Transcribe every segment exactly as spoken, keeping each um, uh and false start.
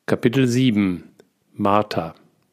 Kapitel sieben. Martha.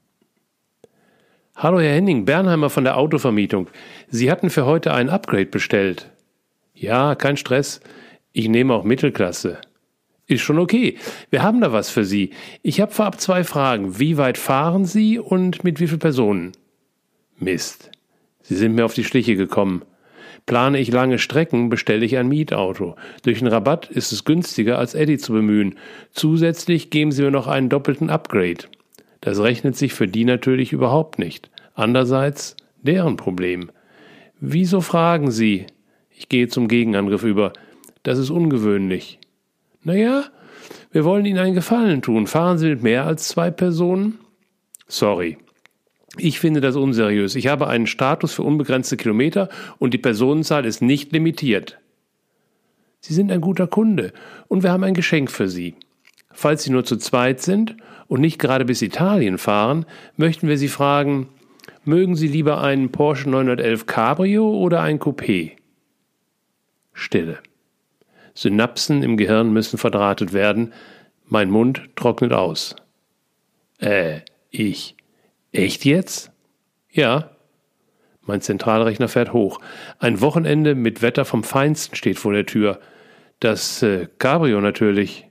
Hallo Herr Henning, Bernheimer von der Autovermietung. Sie hatten für heute ein Upgrade bestellt. Ja, kein Stress. Ich nehme auch Mittelklasse. Ist schon okay. Wir haben da was für Sie. Ich habe vorab zwei Fragen. Wie weit fahren Sie und mit wie vielen Personen? Mist. Sie sind mir auf die Schliche gekommen. Plane ich lange Strecken, bestelle ich ein Mietauto. Durch den Rabatt ist es günstiger, als Eddy zu bemühen. Zusätzlich geben Sie mir noch einen doppelten Upgrade. Das rechnet sich für die natürlich überhaupt nicht. Andererseits deren Problem. Wieso fragen Sie? Ich gehe zum Gegenangriff über. Das ist ungewöhnlich. Naja, wir wollen Ihnen einen Gefallen tun. Fahren Sie mit mehr als zwei Personen? Sorry. Ich finde das unseriös. Ich habe einen Status für unbegrenzte Kilometer und die Personenzahl ist nicht limitiert. Sie sind ein guter Kunde und wir haben ein Geschenk für Sie. Falls Sie nur zu zweit sind und nicht gerade bis Italien fahren, möchten wir Sie fragen, mögen Sie lieber einen Porsche neunhundertelf Cabrio oder ein Coupé? Stille. Synapsen im Gehirn müssen verdrahtet werden. Mein Mund trocknet aus. Äh, ich... Echt jetzt? Ja. Mein Zentralrechner fährt hoch. Ein Wochenende mit Wetter vom Feinsten steht vor der Tür. Das äh, Cabrio natürlich.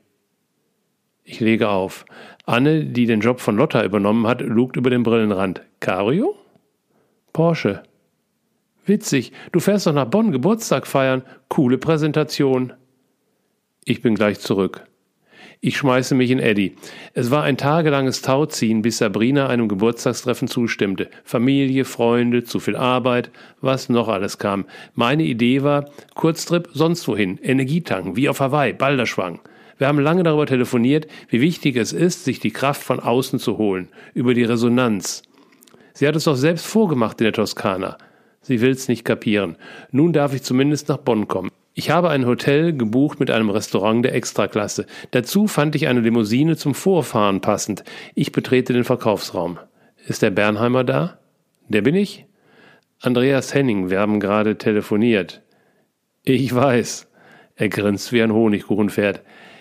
Ich lege auf. Anne, die den Job von Lotta übernommen hat, lugt über den Brillenrand. Cabrio? Porsche. Witzig. Du fährst doch nach Bonn Geburtstag feiern. Coole Präsentation. Ich bin gleich zurück. Ich schmeiße mich in Eddy. Es war ein tagelanges Tauziehen, bis Sabrina einem Geburtstagstreffen zustimmte. Familie, Freunde, zu viel Arbeit, was noch alles kam. Meine Idee war, Kurztrip sonst wohin, Energietanken, wie auf Hawaii, Balderschwang. Wir haben lange darüber telefoniert, wie wichtig es ist, sich die Kraft von außen zu holen, über die Resonanz. Sie hat es doch selbst vorgemacht in der Toskana. Sie will's nicht kapieren. Nun darf ich zumindest nach Bonn kommen. Ich habe ein Hotel gebucht mit einem Restaurant der Extraklasse. Dazu fand ich eine Limousine zum Vorfahren passend. Ich betrete den Verkaufsraum. Ist der Bernheimer da? Der bin ich? Andreas Henning, wir haben gerade telefoniert. Ich weiß. Er grinst wie ein Honigkuchenpferd.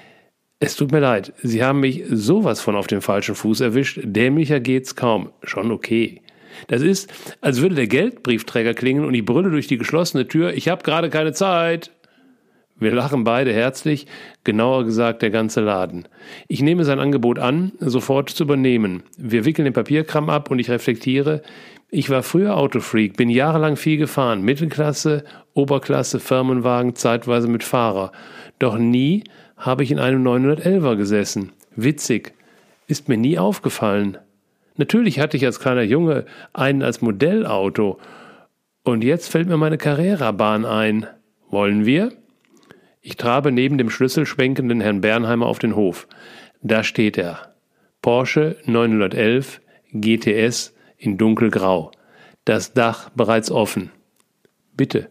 Es tut mir leid, Sie haben mich sowas von auf den falschen Fuß erwischt. Dämlicher geht's kaum. Schon okay. Das ist, als würde der Geldbriefträger klingeln und ich brülle durch die geschlossene Tür, ich habe gerade keine Zeit. Wir lachen beide herzlich, genauer gesagt der ganze Laden. Ich nehme sein Angebot an, sofort zu übernehmen. Wir wickeln den Papierkram ab und ich reflektiere, ich war früher Autofreak, bin jahrelang viel gefahren, Mittelklasse, Oberklasse, Firmenwagen, zeitweise mit Fahrer. Doch nie habe ich in einem neunhundertelfer gesessen. Witzig, ist mir nie aufgefallen. Natürlich hatte ich als kleiner Junge einen als Modellauto. Und jetzt fällt mir meine Carrera-Bahn ein. Wollen wir? Ich trabe neben dem schlüsselschwenkenden Herrn Bernheimer auf den Hof. Da steht er. Porsche neunhundertelf G T S in dunkelgrau. Das Dach bereits offen. Bitte.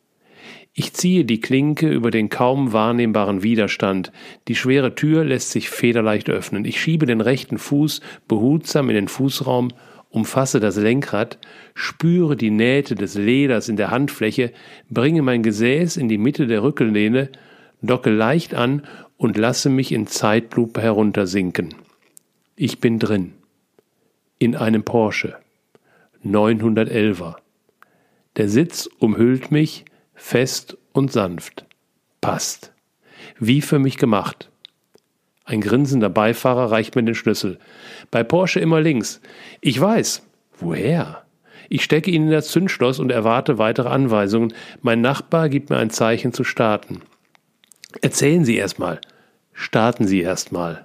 Ich ziehe die Klinke über den kaum wahrnehmbaren Widerstand. Die schwere Tür lässt sich federleicht öffnen. Ich schiebe den rechten Fuß behutsam in den Fußraum, umfasse das Lenkrad, spüre die Nähte des Leders in der Handfläche, bringe mein Gesäß in die Mitte der Rückenlehne, docke leicht an und lasse mich in Zeitlupe heruntersinken. Ich bin drin. In einem Porsche. neunhundertelfer. Der Sitz umhüllt mich, fest und sanft. Passt. Wie für mich gemacht. Ein grinsender Beifahrer reicht mir den Schlüssel. Bei Porsche immer links. Ich weiß. Woher? Ich stecke ihn in das Zündschloss und erwarte weitere Anweisungen. Mein Nachbar gibt mir ein Zeichen zu starten. Erzählen Sie erst mal. Starten Sie erst mal.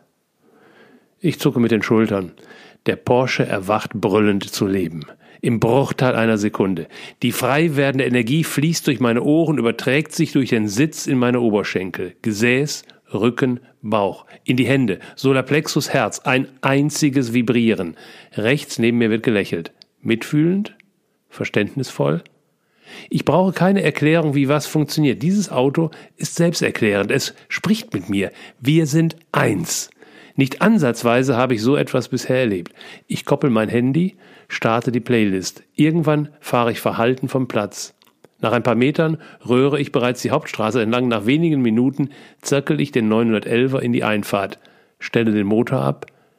Ich zucke mit den Schultern. Der Porsche erwacht brüllend zu leben. Im Bruchteil einer Sekunde. Die frei werdende Energie fließt durch meine Ohren, überträgt sich durch den Sitz in meine Oberschenkel. Gesäß, Rücken, Bauch, in die Hände, Solarplexus, Herz, ein einziges Vibrieren. Rechts neben mir wird gelächelt. Mitfühlend? Verständnisvoll? Ich brauche keine Erklärung, wie was funktioniert. Dieses Auto ist selbsterklärend. Es spricht mit mir. Wir sind eins. Nicht ansatzweise habe ich so etwas bisher erlebt. Ich koppel mein Handy, starte die Playlist. Irgendwann fahre ich verhalten vom Platz. Nach ein paar Metern röhre ich bereits die Hauptstraße entlang. Nach wenigen Minuten zirkel ich den neunhundertelfer in die Einfahrt, stelle den Motor ab,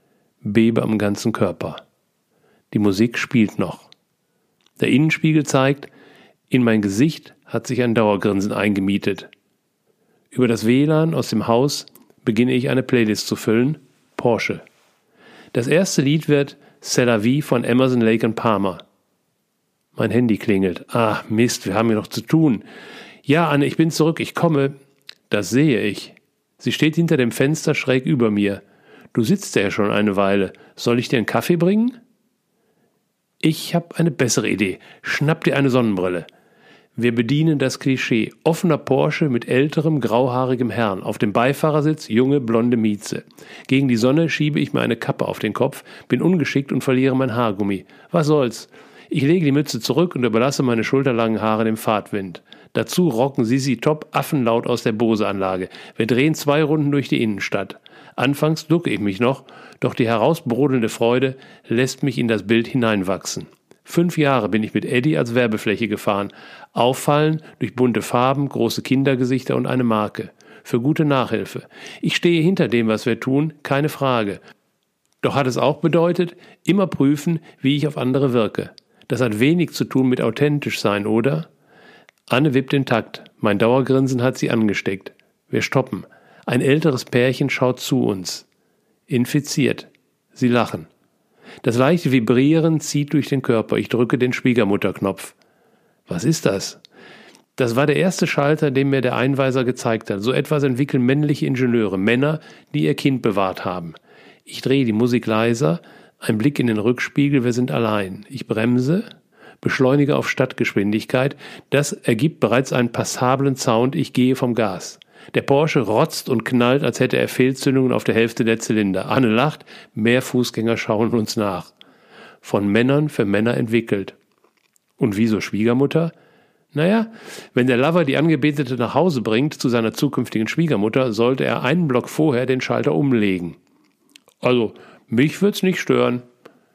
bebe am ganzen Körper. Die Musik spielt noch. Der Innenspiegel zeigt, in mein Gesicht hat sich ein Dauergrinsen eingemietet. Über das W L A N aus dem Haus beginne ich eine Playlist zu füllen, Porsche. Das erste Lied wird C'est la vie von Emerson, Lake and Palmer. Mein Handy klingelt. Ah, Mist, wir haben hier noch zu tun. Ja, Anne, ich bin zurück, ich komme. Das sehe ich. Sie steht hinter dem Fenster schräg über mir. Du sitzt ja schon eine Weile. Soll ich dir einen Kaffee bringen? Ich habe eine bessere Idee. Schnapp dir eine Sonnenbrille. Wir bedienen das Klischee. Offener Porsche mit älterem, grauhaarigem Herrn. Auf dem Beifahrersitz junge, blonde Mieze. Gegen die Sonne schiebe ich mir eine Kappe auf den Kopf, bin ungeschickt und verliere mein Haargummi. Was soll's? Ich lege die Mütze zurück und überlasse meine schulterlangen Haare dem Fahrtwind. Dazu rocken Sisi Top affenlaut aus der Bose-Anlage. Wir drehen zwei Runden durch die Innenstadt. Anfangs ducke ich mich noch, doch die herausbrodelnde Freude lässt mich in das Bild hineinwachsen. Fünf Jahre bin ich mit Eddie als Werbefläche gefahren. Auffallen durch bunte Farben, große Kindergesichter und eine Marke. Für gute Nachhilfe. Ich stehe hinter dem, was wir tun, keine Frage. Doch hat es auch bedeutet, immer prüfen, wie ich auf andere wirke. Das hat wenig zu tun mit authentisch sein, oder? Anne wippt den Takt. Mein Dauergrinsen hat sie angesteckt. Wir stoppen. Ein älteres Pärchen schaut zu uns. Infiziert. Sie lachen. Das leichte Vibrieren zieht durch den Körper. Ich drücke den Schwiegermutterknopf. Was ist das? Das war der erste Schalter, den mir der Einweiser gezeigt hat. So etwas entwickeln männliche Ingenieure, Männer, die ihr Kind bewahrt haben. Ich drehe die Musik leiser, ein Blick in den Rückspiegel, wir sind allein. Ich bremse, beschleunige auf Stadtgeschwindigkeit. Das ergibt bereits einen passablen Sound, ich gehe vom Gas. Der Porsche rotzt und knallt, als hätte er Fehlzündungen auf der Hälfte der Zylinder. Anne lacht, mehr Fußgänger schauen uns nach. Von Männern für Männer entwickelt. Und wieso Schwiegermutter? Naja, wenn der Lover die Angebetete nach Hause bringt zu seiner zukünftigen Schwiegermutter, sollte er einen Block vorher den Schalter umlegen. Also, mich wird's nicht stören.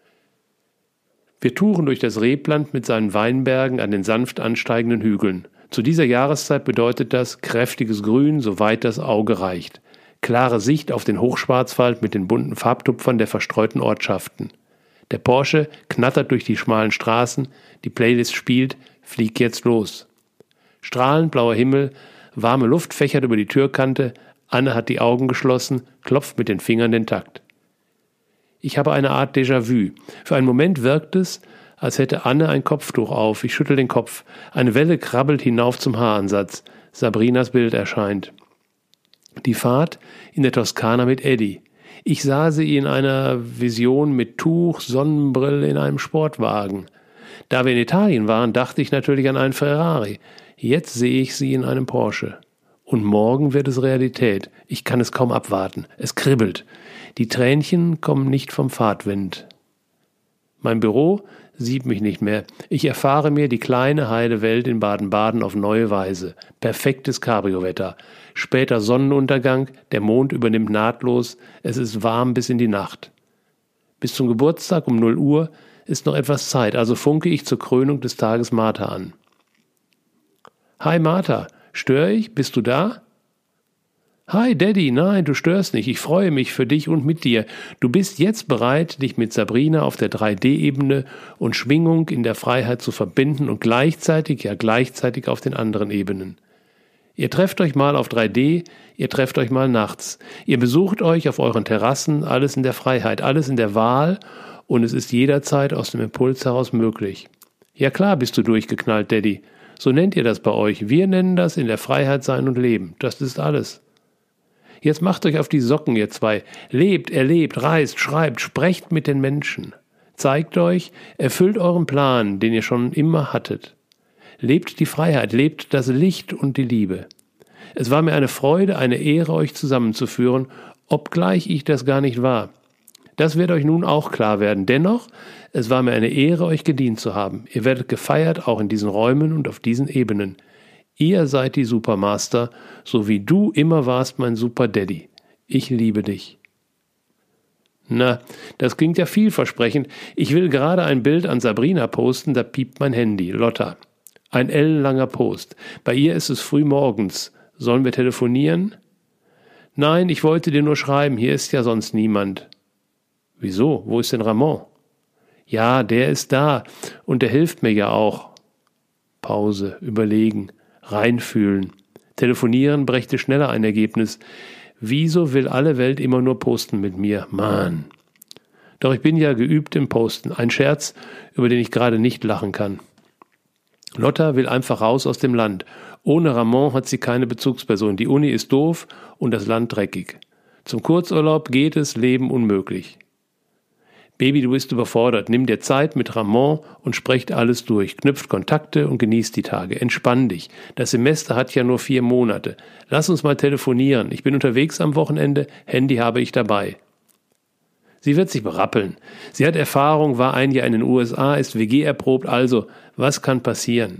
Wir touren durch das Rebland mit seinen Weinbergen an den sanft ansteigenden Hügeln. Zu dieser Jahreszeit bedeutet das kräftiges Grün, soweit das Auge reicht. Klare Sicht auf den Hochschwarzwald mit den bunten Farbtupfern der verstreuten Ortschaften. Der Porsche knattert durch die schmalen Straßen, die Playlist spielt, fliegt jetzt los. Strahlend blauer Himmel, warme Luft fächert über die Türkante, Anne hat die Augen geschlossen, klopft mit den Fingern den Takt. Ich habe eine Art Déjà-vu. Für einen Moment wirkt es, als hätte Anne ein Kopftuch auf. Ich schüttel den Kopf. Eine Welle krabbelt hinauf zum Haaransatz. Sabrinas Bild erscheint. Die Fahrt in der Toskana mit Eddie. Ich sah sie in einer Vision mit Tuch, Sonnenbrille in einem Sportwagen. Da wir in Italien waren, dachte ich natürlich an einen Ferrari. Jetzt sehe ich sie in einem Porsche. Und morgen wird es Realität. Ich kann es kaum abwarten. Es kribbelt. Die Tränchen kommen nicht vom Fahrtwind. Mein Büro sieht mich nicht mehr. Ich erfahre mir die kleine, heile Welt in Baden-Baden auf neue Weise. Perfektes Cabrio-Wetter. Später Sonnenuntergang, der Mond übernimmt nahtlos, es ist warm bis in die Nacht. Bis zum Geburtstag um null Uhr ist noch etwas Zeit, also funke ich zur Krönung des Tages Martha an. Hi Martha, störe ich? Bist du da? Hi Daddy, nein, du störst nicht, ich freue mich für dich und mit dir. Du bist jetzt bereit, dich mit Sabrina auf der drei D Ebene und Schwingung in der Freiheit zu verbinden und gleichzeitig, ja gleichzeitig auf den anderen Ebenen. Ihr trefft euch mal auf drei D, ihr trefft euch mal nachts. Ihr besucht euch auf euren Terrassen, alles in der Freiheit, alles in der Wahl und es ist jederzeit aus dem Impuls heraus möglich. Ja klar bist du durchgeknallt, Daddy. So nennt ihr das bei euch. Wir nennen das in der Freiheit sein und leben. Das ist alles. Jetzt macht euch auf die Socken, ihr zwei. Lebt, erlebt, reist, schreibt, sprecht mit den Menschen. Zeigt euch, erfüllt euren Plan, den ihr schon immer hattet. Lebt die Freiheit, lebt das Licht und die Liebe. Es war mir eine Freude, eine Ehre, euch zusammenzuführen, obgleich ich das gar nicht war. Das wird euch nun auch klar werden. Dennoch, es war mir eine Ehre, euch gedient zu haben. Ihr werdet gefeiert, auch in diesen Räumen und auf diesen Ebenen. Ihr seid die Supermaster, so wie du immer warst mein Super Daddy. Ich liebe dich. Na, das klingt ja vielversprechend. Ich will gerade ein Bild an Sabrina posten, da piept mein Handy. Lotta. Ein ellenlanger Post. Bei ihr ist es früh morgens. Sollen wir telefonieren? Nein, ich wollte dir nur schreiben, hier ist ja sonst niemand. Wieso? Wo ist denn Ramon? Ja, der ist da und der hilft mir ja auch. Pause, überlegen, reinfühlen. Telefonieren brächte schneller ein Ergebnis. Wieso will alle Welt immer nur posten mit mir? Mann. Doch ich bin ja geübt im Posten. Ein Scherz, über den ich gerade nicht lachen kann. Lotta will einfach raus aus dem Land. Ohne Ramon hat sie keine Bezugsperson. Die Uni ist doof und das Land dreckig. Zum Kurzurlaub geht es, Leben unmöglich. Baby, du bist überfordert. Nimm dir Zeit mit Ramon und sprecht alles durch. Knüpft Kontakte und genießt die Tage. Entspann dich. Das Semester hat ja nur vier Monate. Lass uns mal telefonieren. Ich bin unterwegs am Wochenende. Handy habe ich dabei. Sie wird sich berappeln. Sie hat Erfahrung, war ein Jahr in den U S A, ist W G erprobt. Also, was kann passieren?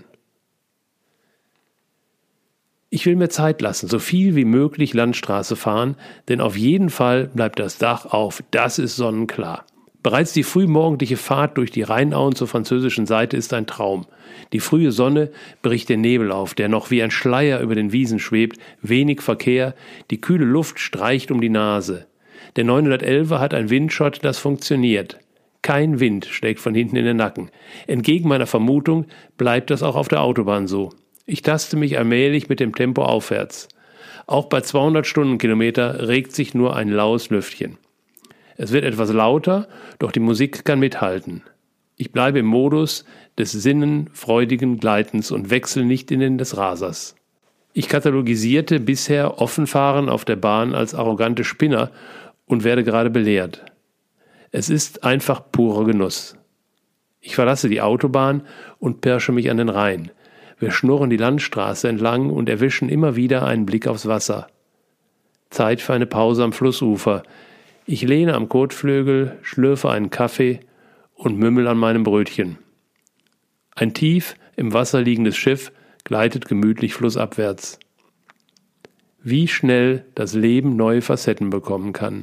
Ich will mir Zeit lassen, so viel wie möglich Landstraße fahren, denn auf jeden Fall bleibt das Dach auf. Das ist sonnenklar. Bereits die frühmorgendliche Fahrt durch die Rheinauen zur französischen Seite ist ein Traum. Die frühe Sonne bricht den Nebel auf, der noch wie ein Schleier über den Wiesen schwebt, wenig Verkehr, die kühle Luft streicht um die Nase. Der neunhundertelfer hat ein Windschott, das funktioniert. Kein Wind schlägt von hinten in den Nacken. Entgegen meiner Vermutung bleibt das auch auf der Autobahn so. Ich taste mich allmählich mit dem Tempo aufwärts. Auch bei zweihundert Stundenkilometer regt sich nur ein laues Lüftchen. Es wird etwas lauter, doch die Musik kann mithalten. Ich bleibe im Modus des sinnenfreudigen Gleitens und wechsle nicht in den des Rasers. Ich katalogisierte bisher Offenfahren auf der Bahn als arrogante Spinner und werde gerade belehrt. Es ist einfach purer Genuss. Ich verlasse die Autobahn und pirsche mich an den Rhein. Wir schnurren die Landstraße entlang und erwischen immer wieder einen Blick aufs Wasser. Zeit für eine Pause am Flussufer. Ich lehne am Kotflügel, schlürfe einen Kaffee und mümmel an meinem Brötchen. Ein tief im Wasser liegendes Schiff gleitet gemütlich flussabwärts. Wie schnell das Leben neue Facetten bekommen kann.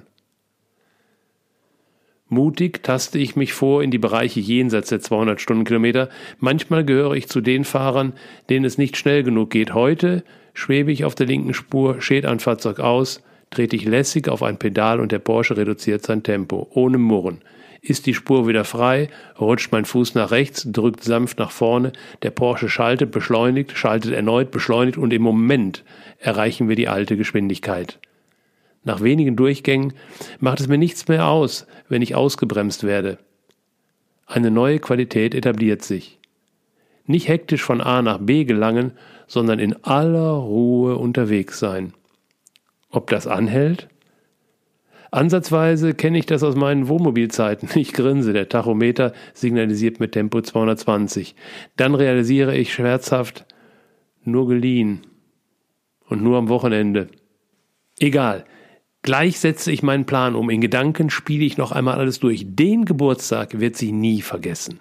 Mutig taste ich mich vor in die Bereiche jenseits der zweihundert Stundenkilometer. Manchmal gehöre ich zu den Fahrern, denen es nicht schnell genug geht. Heute schwebe ich auf der linken Spur, schält ein Fahrzeug aus, trete ich lässig auf ein Pedal und der Porsche reduziert sein Tempo, ohne Murren. Ist die Spur wieder frei, rutscht mein Fuß nach rechts, drückt sanft nach vorne, der Porsche schaltet, beschleunigt, schaltet erneut, beschleunigt und im Moment erreichen wir die alte Geschwindigkeit. Nach wenigen Durchgängen macht es mir nichts mehr aus, wenn ich ausgebremst werde. Eine neue Qualität etabliert sich. Nicht hektisch von A nach B gelangen, sondern in aller Ruhe unterwegs sein. Ob das anhält? Ansatzweise kenne ich das aus meinen Wohnmobilzeiten. Ich grinse, der Tachometer signalisiert mit Tempo zweihundertzwanzig. Dann realisiere ich scherzhaft, nur geliehen und nur am Wochenende. Egal. Gleich setze ich meinen Plan um. In Gedanken spiele ich noch einmal alles durch. Den Geburtstag wird sie nie vergessen.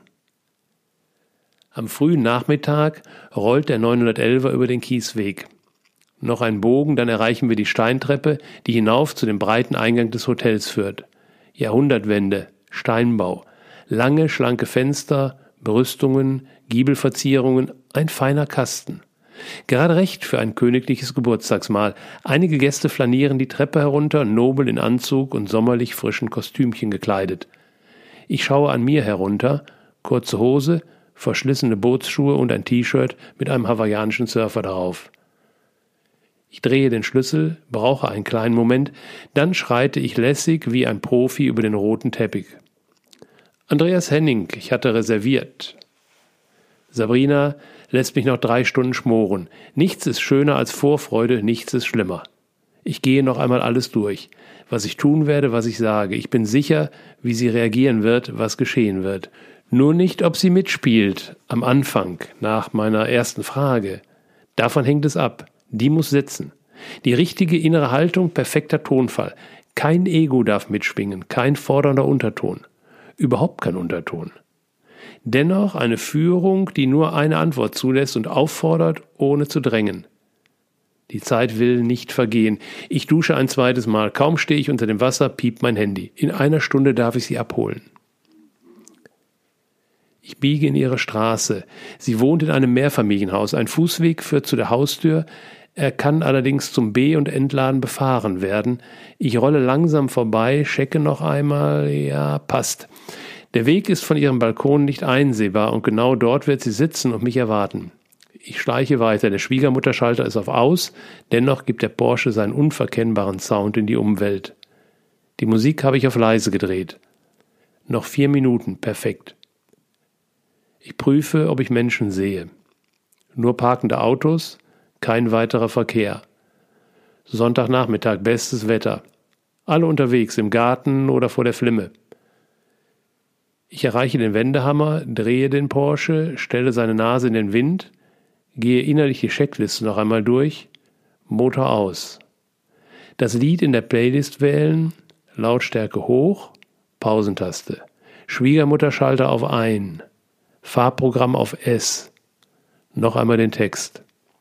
Am frühen Nachmittag rollt der neunhundertelfer über den Kiesweg. Noch ein Bogen, dann erreichen wir die Steintreppe, die hinauf zu dem breiten Eingang des Hotels führt. Jahrhundertwende, Steinbau, lange, schlanke Fenster, Brüstungen, Giebelverzierungen, ein feiner Kasten. Gerade recht für ein königliches Geburtstagsmahl. Einige Gäste flanieren die Treppe herunter, nobel in Anzug und sommerlich frischen Kostümchen gekleidet. Ich schaue an mir herunter, kurze Hose, verschlissene Bootsschuhe und ein T-Shirt mit einem hawaiianischen Surfer darauf. Ich drehe den Schlüssel, brauche einen kleinen Moment, dann schreite ich lässig wie ein Profi über den roten Teppich. Andreas Henning, ich hatte reserviert. Sabrina lässt mich noch drei Stunden schmoren. Nichts ist schöner als Vorfreude, nichts ist schlimmer. Ich gehe noch einmal alles durch. Was ich tun werde, was ich sage. Ich bin sicher, wie sie reagieren wird, was geschehen wird. Nur nicht, ob sie mitspielt, am Anfang, nach meiner ersten Frage. Davon hängt es ab. Die muss sitzen. Die richtige innere Haltung, perfekter Tonfall. Kein Ego darf mitschwingen, kein fordernder Unterton. Überhaupt kein Unterton. Dennoch eine Führung, die nur eine Antwort zulässt und auffordert, ohne zu drängen. Die Zeit will nicht vergehen. Ich dusche ein zweites Mal. Kaum stehe ich unter dem Wasser, piept mein Handy. In einer Stunde darf ich sie abholen. Ich biege in ihre Straße. Sie wohnt in einem Mehrfamilienhaus. Ein Fußweg führt zu der Haustür. Er kann allerdings zum Be- und Entladen befahren werden. Ich rolle langsam vorbei, checke noch einmal. Ja, passt. Der Weg ist von ihrem Balkon nicht einsehbar und genau dort wird sie sitzen und mich erwarten. Ich schleiche weiter. Der Schwiegermutterschalter ist auf Aus. Dennoch gibt der Porsche seinen unverkennbaren Sound in die Umwelt. Die Musik habe ich auf leise gedreht. Noch vier Minuten, perfekt. Ich prüfe, ob ich Menschen sehe. Nur parkende Autos, kein weiterer Verkehr. Sonntagnachmittag, bestes Wetter. Alle unterwegs, im Garten oder vor der Flimme. Ich erreiche den Wendehammer, drehe den Porsche, stelle seine Nase in den Wind, gehe innerlich die Checkliste noch einmal durch, Motor aus. Das Lied in der Playlist wählen, Lautstärke hoch, Pausentaste. Schwiegermutterschalter auf Ein. Fahrprogramm auf S. Noch einmal den Text.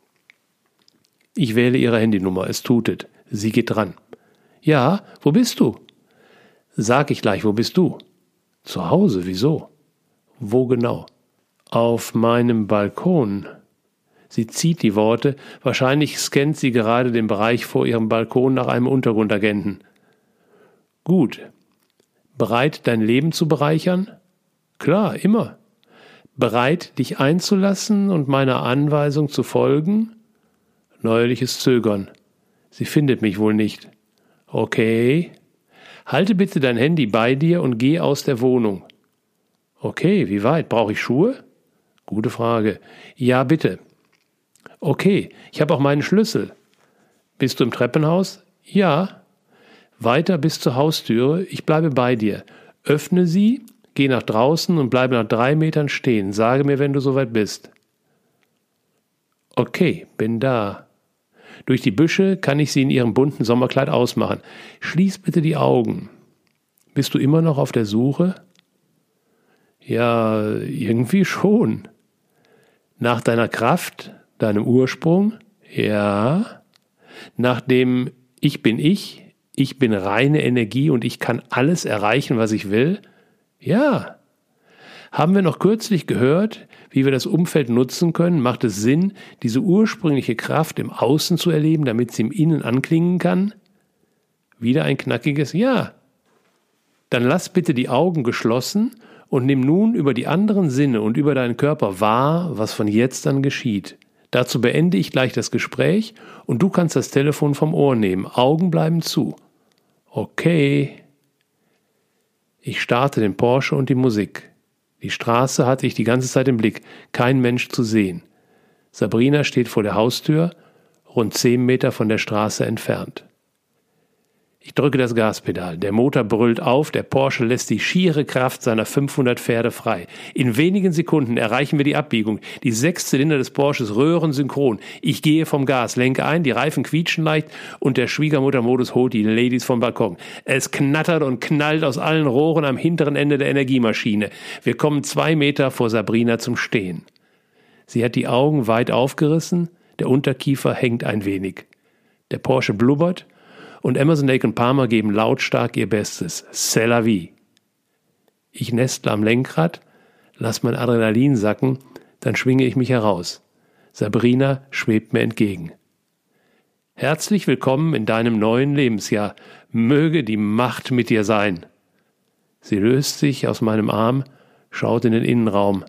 Ich wähle ihre Handynummer, es tutet. Sie geht dran. Ja, wo bist du? Sag ich gleich, wo bist du? Zu Hause, wieso? Wo genau? Auf meinem Balkon. Sie zieht die Worte, wahrscheinlich scannt sie gerade den Bereich vor ihrem Balkon nach einem Untergrundagenten. Gut. Bereit, dein Leben zu bereichern? Klar, immer. Bereit, dich einzulassen und meiner Anweisung zu folgen? Neuerliches Zögern. Sie findet mich wohl nicht. Okay. Halte bitte dein Handy bei dir und geh aus der Wohnung. Okay, wie weit? Brauche ich Schuhe? Gute Frage. Ja, bitte. Okay, ich habe auch meinen Schlüssel. Bist du im Treppenhaus? Ja. Weiter bis zur Haustüre. Ich bleibe bei dir. Öffne sie. Geh nach draußen und bleibe nach drei Metern stehen. Sage mir, wenn du soweit bist. Okay, bin da. Durch die Büsche kann ich sie in ihrem bunten Sommerkleid ausmachen. Schließ bitte die Augen. Bist du immer noch auf der Suche? Ja, irgendwie schon. Nach deiner Kraft, deinem Ursprung? Ja. Nach dem Ich bin ich, ich bin reine Energie und ich kann alles erreichen, was ich will? Ja. Haben wir noch kürzlich gehört, wie wir das Umfeld nutzen können? Macht es Sinn, diese ursprüngliche Kraft im Außen zu erleben, damit sie im Innen anklingen kann? Wieder ein knackiges Ja. Dann lass bitte die Augen geschlossen und nimm nun über die anderen Sinne und über deinen Körper wahr, was von jetzt an geschieht. Dazu beende ich gleich das Gespräch und du kannst das Telefon vom Ohr nehmen. Augen bleiben zu. Okay. Ich starte den Porsche und die Musik. Die Straße hatte ich die ganze Zeit im Blick, kein Mensch zu sehen. Sabrina steht vor der Haustür, rund zehn Meter von der Straße entfernt. Ich drücke das Gaspedal, der Motor brüllt auf, der Porsche lässt die schiere Kraft seiner fünfhundert Pferde frei. In wenigen Sekunden erreichen wir die Abbiegung. Die sechs Zylinder des Porsches röhren synchron. Ich gehe vom Gas, lenke ein, die Reifen quietschen leicht und der Schwiegermuttermodus holt die Ladies vom Balkon. Es knattert und knallt aus allen Rohren am hinteren Ende der Energiemaschine. Wir kommen zwei Meter vor Sabrina zum Stehen. Sie hat die Augen weit aufgerissen, der Unterkiefer hängt ein wenig. Der Porsche blubbert und Emerson, Lake und Palmer geben lautstark ihr Bestes. C'est la vie. Ich nestle am Lenkrad, lass mein Adrenalin sacken, dann schwinge ich mich heraus. Sabrina schwebt mir entgegen. Herzlich willkommen in deinem neuen Lebensjahr. Möge die Macht mit dir sein. Sie löst sich aus meinem Arm, schaut in den Innenraum.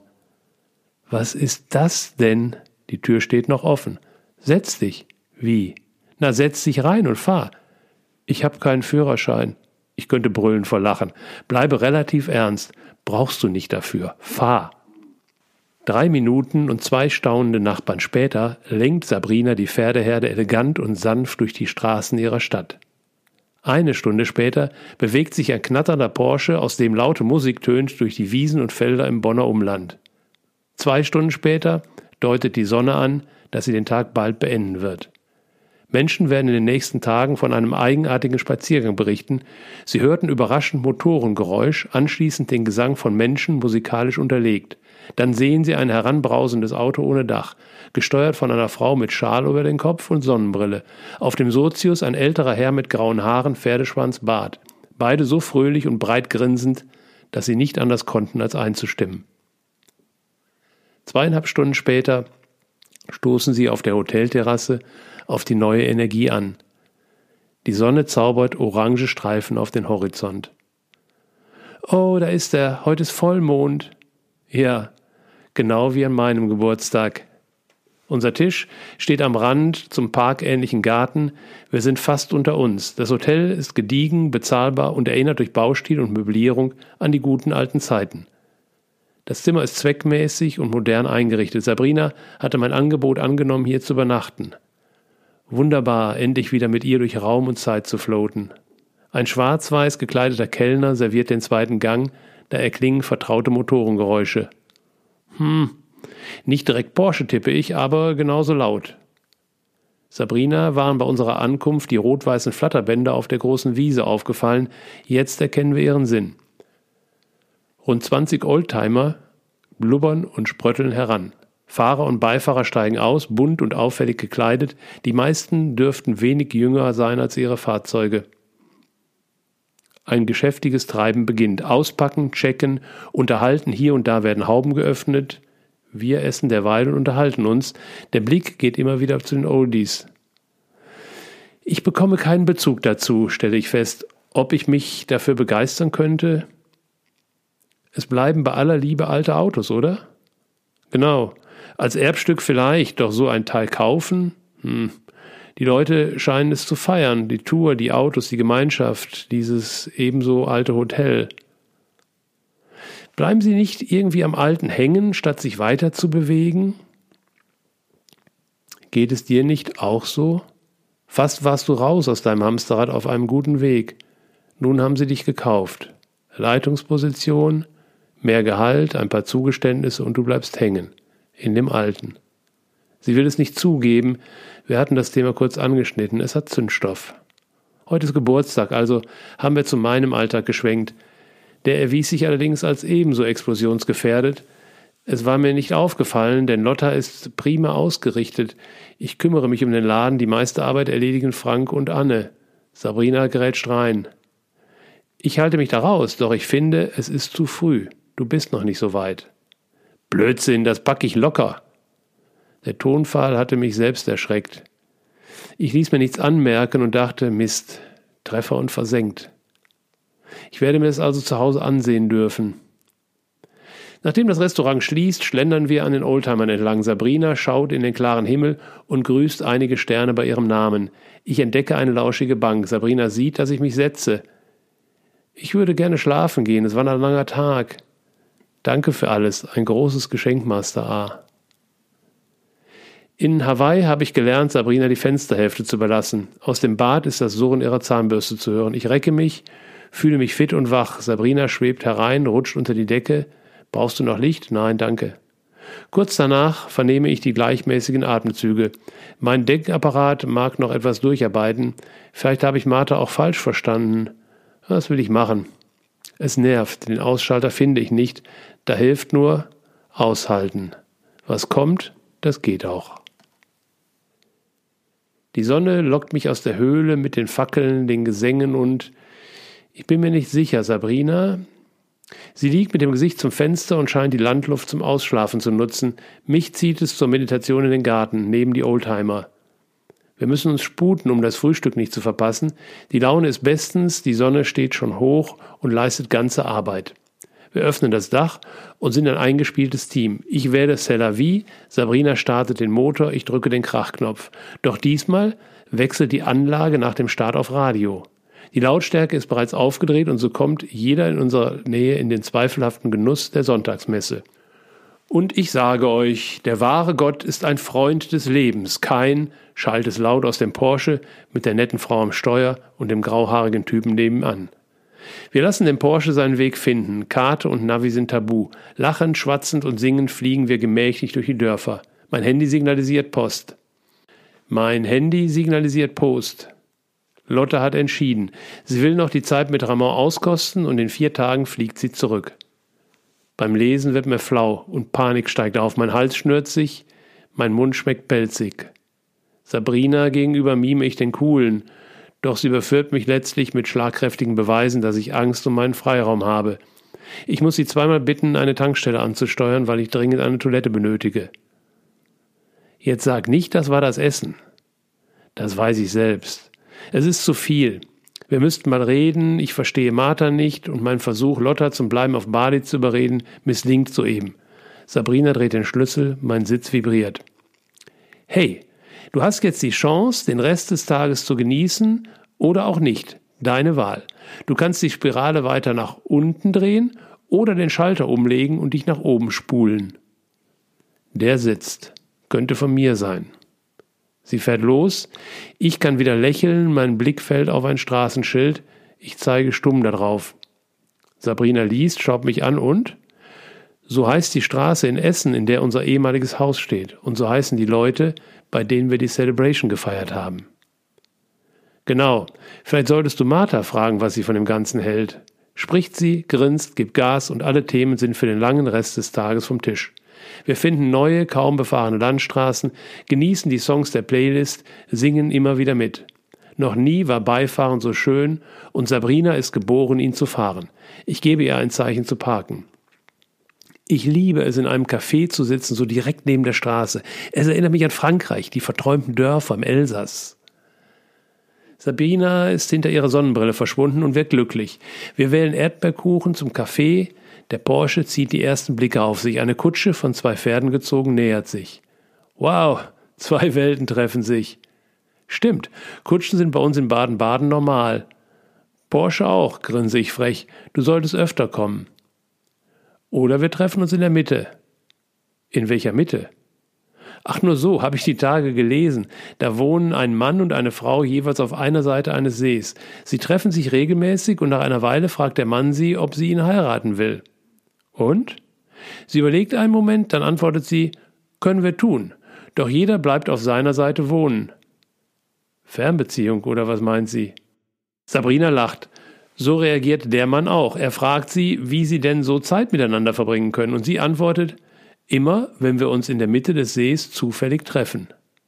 Was ist das denn? Die Tür steht noch offen. Setz dich. Wie? Na, setz dich rein und fahr. Ich habe keinen Führerschein. Ich könnte brüllen vor Lachen. Bleibe relativ ernst. Brauchst du nicht dafür. Fahr. Drei Minuten und zwei staunende Nachbarn später lenkt Sabrina die Pferdeherde elegant und sanft durch die Straßen ihrer Stadt. Eine Stunde später bewegt sich ein knatternder Porsche, aus dem laute Musik tönt, durch die Wiesen und Felder im Bonner Umland. Zwei Stunden später deutet die Sonne an, dass sie den Tag bald beenden wird. Menschen werden in den nächsten Tagen von einem eigenartigen Spaziergang berichten. Sie hörten überraschend Motorengeräusch, anschließend den Gesang von Menschen musikalisch unterlegt. Dann sehen sie ein heranbrausendes Auto ohne Dach, gesteuert von einer Frau mit Schal über den Kopf und Sonnenbrille. Auf dem Sozius ein älterer Herr mit grauen Haaren, Pferdeschwanz, Bart. Beide so fröhlich und breit grinsend, dass sie nicht anders konnten, als einzustimmen. Zweieinhalb Stunden später stoßen sie auf der Hotelterrasse auf die neue Energie an. Die Sonne zaubert orange Streifen auf den Horizont. Oh, da ist er, heute ist Vollmond. Ja, genau wie an meinem Geburtstag. Unser Tisch steht am Rand zum parkähnlichen Garten. Wir sind fast unter uns. Das Hotel ist gediegen, bezahlbar und erinnert durch Baustil und Möblierung an die guten alten Zeiten. Das Zimmer ist zweckmäßig und modern eingerichtet. Sabrina hatte mein Angebot angenommen, hier zu übernachten. Wunderbar, endlich wieder mit ihr durch Raum und Zeit zu floaten. Ein schwarz-weiß gekleideter Kellner serviert den zweiten Gang, da erklingen vertraute Motorengeräusche. Hm, nicht direkt Porsche tippe ich, aber genauso laut. Sabrina waren bei unserer Ankunft die rot-weißen Flatterbänder auf der großen Wiese aufgefallen. Jetzt erkennen wir ihren Sinn. Rund zwanzig Oldtimer blubbern und sprötteln heran. Fahrer und Beifahrer steigen aus, bunt und auffällig gekleidet. Die meisten dürften wenig jünger sein als ihre Fahrzeuge. Ein geschäftiges Treiben beginnt. Auspacken, checken, unterhalten, hier und da werden Hauben geöffnet. Wir essen derweil und unterhalten uns. Der Blick geht immer wieder zu den Oldies. Ich bekomme keinen Bezug dazu, stelle ich fest. Ob ich mich dafür begeistern könnte? Es bleiben bei aller Liebe alte Autos, oder? Genau. Als Erbstück vielleicht, doch so ein Teil kaufen? Hm. Die Leute scheinen es zu feiern. Die Tour, die Autos, die Gemeinschaft, dieses ebenso alte Hotel. Bleiben Sie nicht irgendwie am Alten hängen, statt sich weiter zu bewegen? Geht es dir nicht auch so? Fast warst du raus aus deinem Hamsterrad auf einem guten Weg. Nun haben sie dich gekauft. Leitungsposition, mehr Gehalt, ein paar Zugeständnisse und du bleibst hängen. In dem Alten. Sie will es nicht zugeben. Wir hatten das Thema kurz angeschnitten. Es hat Zündstoff. Heute ist Geburtstag, also haben wir zu meinem Alltag geschwenkt. Der erwies sich allerdings als ebenso explosionsgefährdet. Es war mir nicht aufgefallen, denn Lotta ist prima ausgerichtet. Ich kümmere mich um den Laden, die meiste Arbeit erledigen Frank und Anne. Sabrina grätscht rein. Ich halte mich da raus, doch ich finde, es ist zu früh. Du bist noch nicht so weit. Blödsinn, das pack ich locker. Der Tonfall hatte mich selbst erschreckt. Ich ließ mir nichts anmerken und dachte, Mist, Treffer und versenkt. Ich werde mir es also zu Hause ansehen dürfen. Nachdem das Restaurant schließt, schlendern wir an den Oldtimern entlang. Sabrina schaut in den klaren Himmel und grüßt einige Sterne bei ihrem Namen. Ich entdecke eine lauschige Bank. Sabrina sieht, dass ich mich setze. Ich würde gerne schlafen gehen, es war ein langer Tag. Danke für alles, ein großes Geschenk, Master A. In Hawaii habe ich gelernt, Sabrina die Fensterhälfte zu überlassen. Aus dem Bad ist das Surren ihrer Zahnbürste zu hören. Ich recke mich, fühle mich fit und wach. Sabrina schwebt herein, rutscht unter die Decke. Brauchst du noch Licht? Nein, danke. Kurz danach vernehme ich die gleichmäßigen Atemzüge. Mein Denkapparat mag noch etwas durcharbeiten. Vielleicht habe ich Martha auch falsch verstanden. Was will ich machen? Es nervt, den Ausschalter finde ich nicht. Da hilft nur aushalten. Was kommt, das geht auch. Die Sonne lockt mich aus der Höhle mit den Fackeln, den Gesängen und ich bin mir nicht sicher, Sabrina. Sie liegt mit dem Gesicht zum Fenster und scheint die Landluft zum Ausschlafen zu nutzen. Mich zieht es zur Meditation in den Garten, neben die Oldtimer. Wir müssen uns sputen, um das Frühstück nicht zu verpassen. Die Laune ist bestens, die Sonne steht schon hoch und leistet ganze Arbeit. Wir öffnen das Dach und sind ein eingespieltes Team. Ich wähle C'est la vie, Sabrina startet den Motor, ich drücke den Krachknopf. Doch diesmal wechselt die Anlage nach dem Start auf Radio. Die Lautstärke ist bereits aufgedreht und so kommt jeder in unserer Nähe in den zweifelhaften Genuss der Sonntagsmesse. Und ich sage euch, der wahre Gott ist ein Freund des Lebens, kein, schallt es laut aus dem Porsche mit der netten Frau am Steuer und dem grauhaarigen Typen nebenan. Wir lassen den Porsche seinen Weg finden, Karte und Navi sind tabu. Lachend, schwatzend und singend fliegen wir gemächlich durch die Dörfer. Mein Handy signalisiert Post. Mein Handy signalisiert Post. Lotte hat entschieden. Sie will noch die Zeit mit Ramon auskosten und in vier Tagen fliegt sie zurück. Beim Lesen wird mir flau und Panik steigt auf. Mein Hals schnürt sich, mein Mund schmeckt pelzig. Sabrina gegenüber mime ich den Coolen, doch sie überführt mich letztlich mit schlagkräftigen Beweisen, dass ich Angst um meinen Freiraum habe. Ich muss Sie zweimal bitten, eine Tankstelle anzusteuern, weil ich dringend eine Toilette benötige. Jetzt sag nicht, das war das Essen. Das weiß ich selbst. Es ist zu viel. Wir müssten mal reden, ich verstehe Martha nicht und mein Versuch, Lotta zum Bleiben auf Bali zu überreden, misslingt soeben. Sabrina dreht den Schlüssel, mein Sitz vibriert. Hey, du hast jetzt die Chance, den Rest des Tages zu genießen oder auch nicht. Deine Wahl. Du kannst die Spirale weiter nach unten drehen oder den Schalter umlegen und dich nach oben spulen. Der sitzt. Könnte von mir sein. Sie fährt los. Ich kann wieder lächeln, mein Blick fällt auf ein Straßenschild. Ich zeige stumm darauf. Sabrina liest, schaut mich an und? So heißt die Straße in Essen, in der unser ehemaliges Haus steht. Und so heißen die Leute, bei denen wir die Celebration gefeiert haben. Genau. Vielleicht solltest du Martha fragen, was sie von dem Ganzen hält. Spricht sie, grinst, gibt Gas und alle Themen sind für den langen Rest des Tages vom Tisch. Wir finden neue, kaum befahrene Landstraßen, genießen die Songs der Playlist, singen immer wieder mit. Noch nie war Beifahren so schön und Sabrina ist geboren, ihn zu fahren. Ich gebe ihr ein Zeichen zu parken. Ich liebe es, in einem Café zu sitzen, so direkt neben der Straße. Es erinnert mich an Frankreich, die verträumten Dörfer im Elsass. Sabrina ist hinter ihrer Sonnenbrille verschwunden und wird glücklich. Wir wählen Erdbeerkuchen zum Kaffee. Der Porsche zieht die ersten Blicke auf sich. Eine Kutsche, von zwei Pferden gezogen, nähert sich. Wow, zwei Welten treffen sich. Stimmt, Kutschen sind bei uns in Baden-Baden normal. Porsche auch, grinse ich frech. Du solltest öfter kommen. Oder wir treffen uns in der Mitte. In welcher Mitte? Ach, nur so, habe ich die Tage gelesen. Da wohnen ein Mann und eine Frau jeweils auf einer Seite eines Sees. Sie treffen sich regelmäßig und nach einer Weile fragt der Mann sie, ob sie ihn heiraten will. Und? Sie überlegt einen Moment, dann antwortet sie, können wir tun. Doch jeder bleibt auf seiner Seite wohnen. Fernbeziehung, oder was meint sie? Sabrina lacht. So reagiert der Mann auch. Er fragt sie, wie sie denn so Zeit miteinander verbringen können. Und sie antwortet, immer, wenn wir uns in der Mitte des Sees zufällig treffen.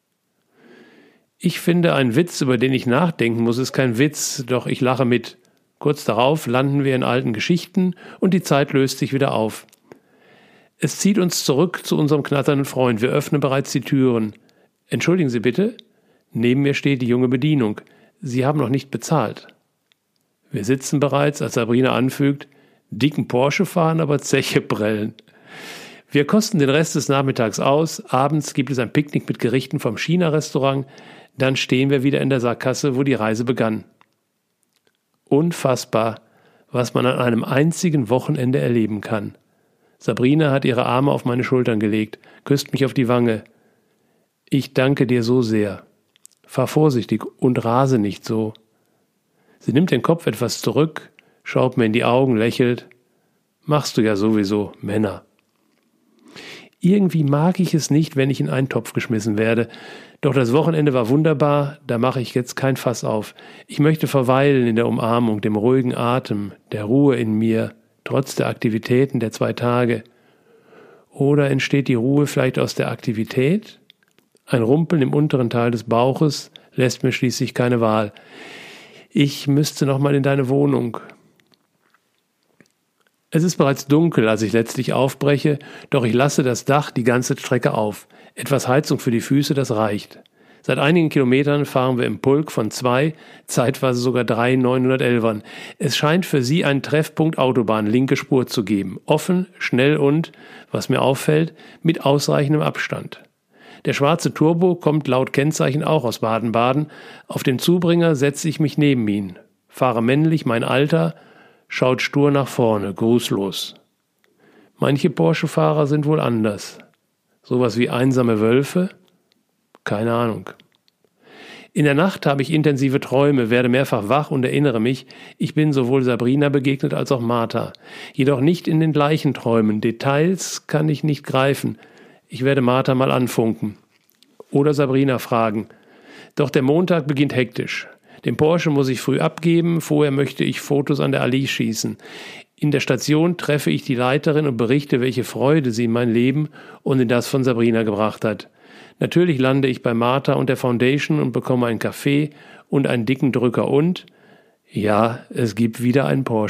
Ich finde, ein Witz, über den ich nachdenken muss, ist kein Witz, doch ich lache mit. Kurz darauf landen wir in alten Geschichten und die Zeit löst sich wieder auf. Es zieht uns zurück zu unserem knatternden Freund. Wir öffnen bereits die Türen. Entschuldigen Sie bitte? Neben mir steht die junge Bedienung. Sie haben noch nicht bezahlt. Wir sitzen bereits, als Sabrina anfügt, dicken Porsche fahren, aber Zeche prellen. Wir kosten den Rest des Nachmittags aus, abends gibt es ein Picknick mit Gerichten vom China-Restaurant, dann stehen wir wieder in der Sackgasse, wo die Reise begann. Unfassbar, was man an einem einzigen Wochenende erleben kann. Sabrina hat ihre Arme auf meine Schultern gelegt, küsst mich auf die Wange. Ich danke dir so sehr. Fahr vorsichtig und rase nicht so. Sie nimmt den Kopf etwas zurück, schaut mir in die Augen, lächelt. Machst du ja sowieso, Männer. Irgendwie mag ich es nicht, wenn ich in einen Topf geschmissen werde. Doch das Wochenende war wunderbar, da mache ich jetzt kein Fass auf. Ich möchte verweilen in der Umarmung, dem ruhigen Atem, der Ruhe in mir, trotz der Aktivitäten der zwei Tage. Oder entsteht die Ruhe vielleicht aus der Aktivität? Ein Rumpeln im unteren Teil des Bauches lässt mir schließlich keine Wahl. Ich müsste noch mal in deine Wohnung. Es ist bereits dunkel, als ich letztlich aufbreche, doch ich lasse das Dach die ganze Strecke auf. Etwas Heizung für die Füße, das reicht. Seit einigen Kilometern fahren wir im Pulk von zwei, zeitweise sogar drei neunhundertelfern. Es scheint für sie einen Treffpunkt Autobahn linke Spur zu geben. Offen, schnell und, was mir auffällt, mit ausreichendem Abstand. Der schwarze Turbo kommt laut Kennzeichen auch aus Baden-Baden. Auf dem Zubringer setze ich mich neben ihn. Fahre männlich, mein Alter, schaut stur nach vorne, grußlos. Manche Porsche-Fahrer sind wohl anders. Sowas wie einsame Wölfe? Keine Ahnung. In der Nacht habe ich intensive Träume, werde mehrfach wach und erinnere mich, ich bin sowohl Sabrina begegnet als auch Martha. Jedoch nicht in den gleichen Träumen. Details kann ich nicht greifen. Ich werde Martha mal anfunken. Oder Sabrina fragen. Doch der Montag beginnt hektisch. Den Porsche muss ich früh abgeben, vorher möchte ich Fotos an der Allee schießen. In der Station treffe ich die Leiterin und berichte, welche Freude sie in mein Leben und in das von Sabrina gebracht hat. Natürlich lande ich bei Martha und der Foundation und bekomme einen Kaffee und einen dicken Drücker und, ja, es gibt wieder einen Porsche.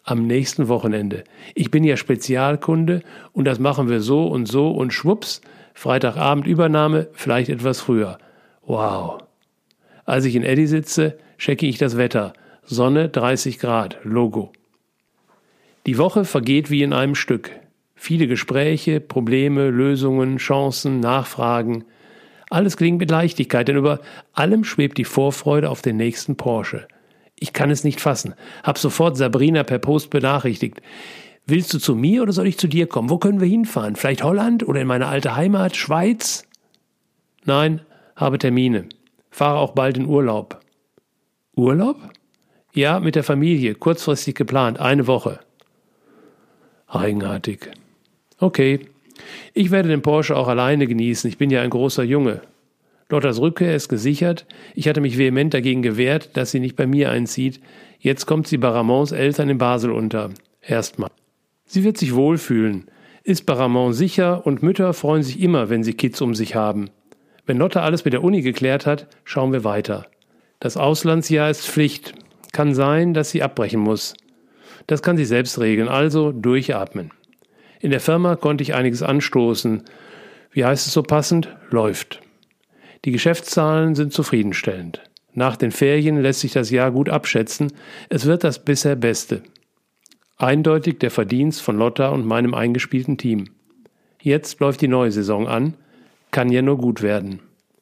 Am nächsten Wochenende. Ich bin ja Spezialkunde und das machen wir so und so und schwupps, Freitagabend Übernahme, vielleicht etwas früher. Wow. Als ich in Eddy sitze, checke ich das Wetter. Sonne dreißig Grad, Logo. Die Woche vergeht wie in einem Stück. Viele Gespräche, Probleme, Lösungen, Chancen, Nachfragen. Alles gelingt mit Leichtigkeit, denn über allem schwebt die Vorfreude auf den nächsten Porsche. Ich kann es nicht fassen. Hab sofort Sabrina per Post benachrichtigt. Willst du zu mir oder soll ich zu dir kommen? Wo können wir hinfahren? Vielleicht Holland oder in meine alte Heimat, Schweiz? Nein, habe Termine. Fahre auch bald in Urlaub. Urlaub? Ja, mit der Familie, kurzfristig geplant, eine Woche. Eigenartig. Okay, ich werde den Porsche auch alleine genießen. Ich bin ja ein großer Junge. Lottas Rückkehr ist gesichert. Ich hatte mich vehement dagegen gewehrt, dass sie nicht bei mir einzieht. Jetzt kommt sie bei Ramons Eltern in Basel unter. Erstmal. Sie wird sich wohlfühlen. Ist bei Ramon sicher und Mütter freuen sich immer, wenn sie Kids um sich haben. Wenn Lotta alles mit der Uni geklärt hat, schauen wir weiter. Das Auslandsjahr ist Pflicht. Kann sein, dass sie abbrechen muss. Das kann sie selbst regeln, also durchatmen. In der Firma konnte ich einiges anstoßen. Wie heißt es so passend? Läuft. Die Geschäftszahlen sind zufriedenstellend. Nach den Ferien lässt sich das Jahr gut abschätzen. Es wird das bisher Beste. Eindeutig der Verdienst von Lotta und meinem eingespielten Team. Jetzt läuft die neue Saison an. Kann ja nur gut werden.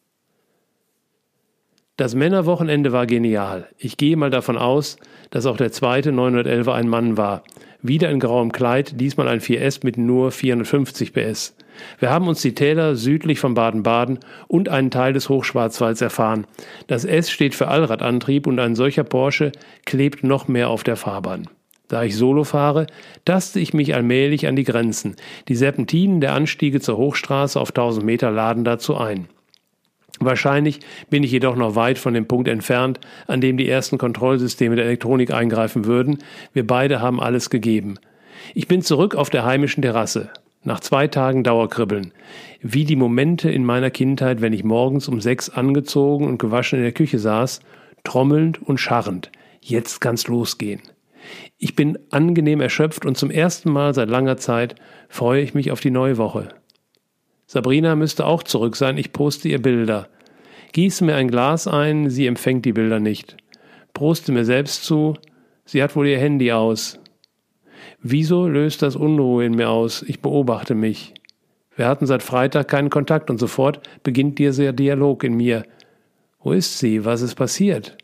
Das Männerwochenende war genial. Ich gehe mal davon aus, dass auch der zweite neunhundertelfer ein Mann war. Wieder in grauem Kleid, diesmal ein vier S mit nur vierhundertfünfzig P S. Wir haben uns die Täler südlich von Baden-Baden und einen Teil des Hochschwarzwalds erfahren. Das S steht für Allradantrieb und ein solcher Porsche klebt noch mehr auf der Fahrbahn. Da ich Solo fahre, taste ich mich allmählich an die Grenzen. Die Serpentinen der Anstiege zur Hochstraße auf tausend Meter laden dazu ein. Wahrscheinlich bin ich jedoch noch weit von dem Punkt entfernt, an dem die ersten Kontrollsysteme der Elektronik eingreifen würden. Wir beide haben alles gegeben. Ich bin zurück auf der heimischen Terrasse. Nach zwei Tagen Dauerkribbeln. Wie die Momente in meiner Kindheit, wenn ich morgens um sechs angezogen und gewaschen in der Küche saß, trommelnd und scharrend. Jetzt kann's losgehen. Ich bin angenehm erschöpft und zum ersten Mal seit langer Zeit freue ich mich auf die neue Woche. Sabrina müsste auch zurück sein, ich poste ihr Bilder. Gieße mir ein Glas ein, sie empfängt die Bilder nicht. Proste mir selbst zu, sie hat wohl ihr Handy aus. Wieso löst das Unruhe in mir aus? Ich beobachte mich. Wir hatten seit Freitag keinen Kontakt und sofort beginnt dieser Dialog in mir. Wo ist sie? Was ist passiert?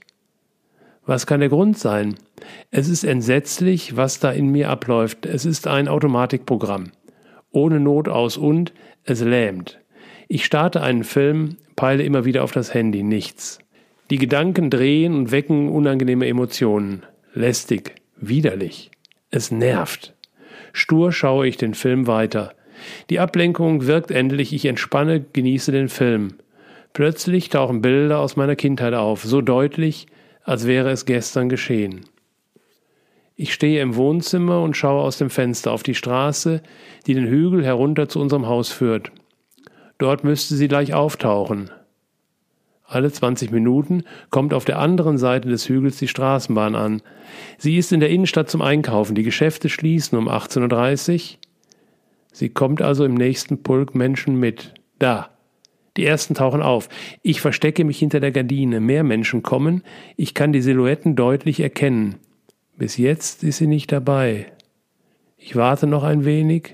Was kann der Grund sein? Es ist entsetzlich, was da in mir abläuft. Es ist ein Automatikprogramm. Ohne Not aus und es lähmt. Ich starte einen Film, peile immer wieder auf das Handy, nichts. Die Gedanken drehen und wecken unangenehme Emotionen. Lästig, widerlich. Es nervt. Stur schaue ich den Film weiter. Die Ablenkung wirkt endlich, ich entspanne, genieße den Film. Plötzlich tauchen Bilder aus meiner Kindheit auf, so deutlich, als wäre es gestern geschehen. Ich stehe im Wohnzimmer und schaue aus dem Fenster auf die Straße, die den Hügel herunter zu unserem Haus führt. Dort müsste sie gleich auftauchen. Alle zwanzig Minuten kommt auf der anderen Seite des Hügels die Straßenbahn an. Sie ist in der Innenstadt zum Einkaufen. Die Geschäfte schließen um achtzehn Uhr dreißig. Sie kommt also im nächsten Pulk Menschen mit. Da. Die ersten tauchen auf. Ich verstecke mich hinter der Gardine. Mehr Menschen kommen. Ich kann die Silhouetten deutlich erkennen. Bis jetzt ist sie nicht dabei. Ich warte noch ein wenig.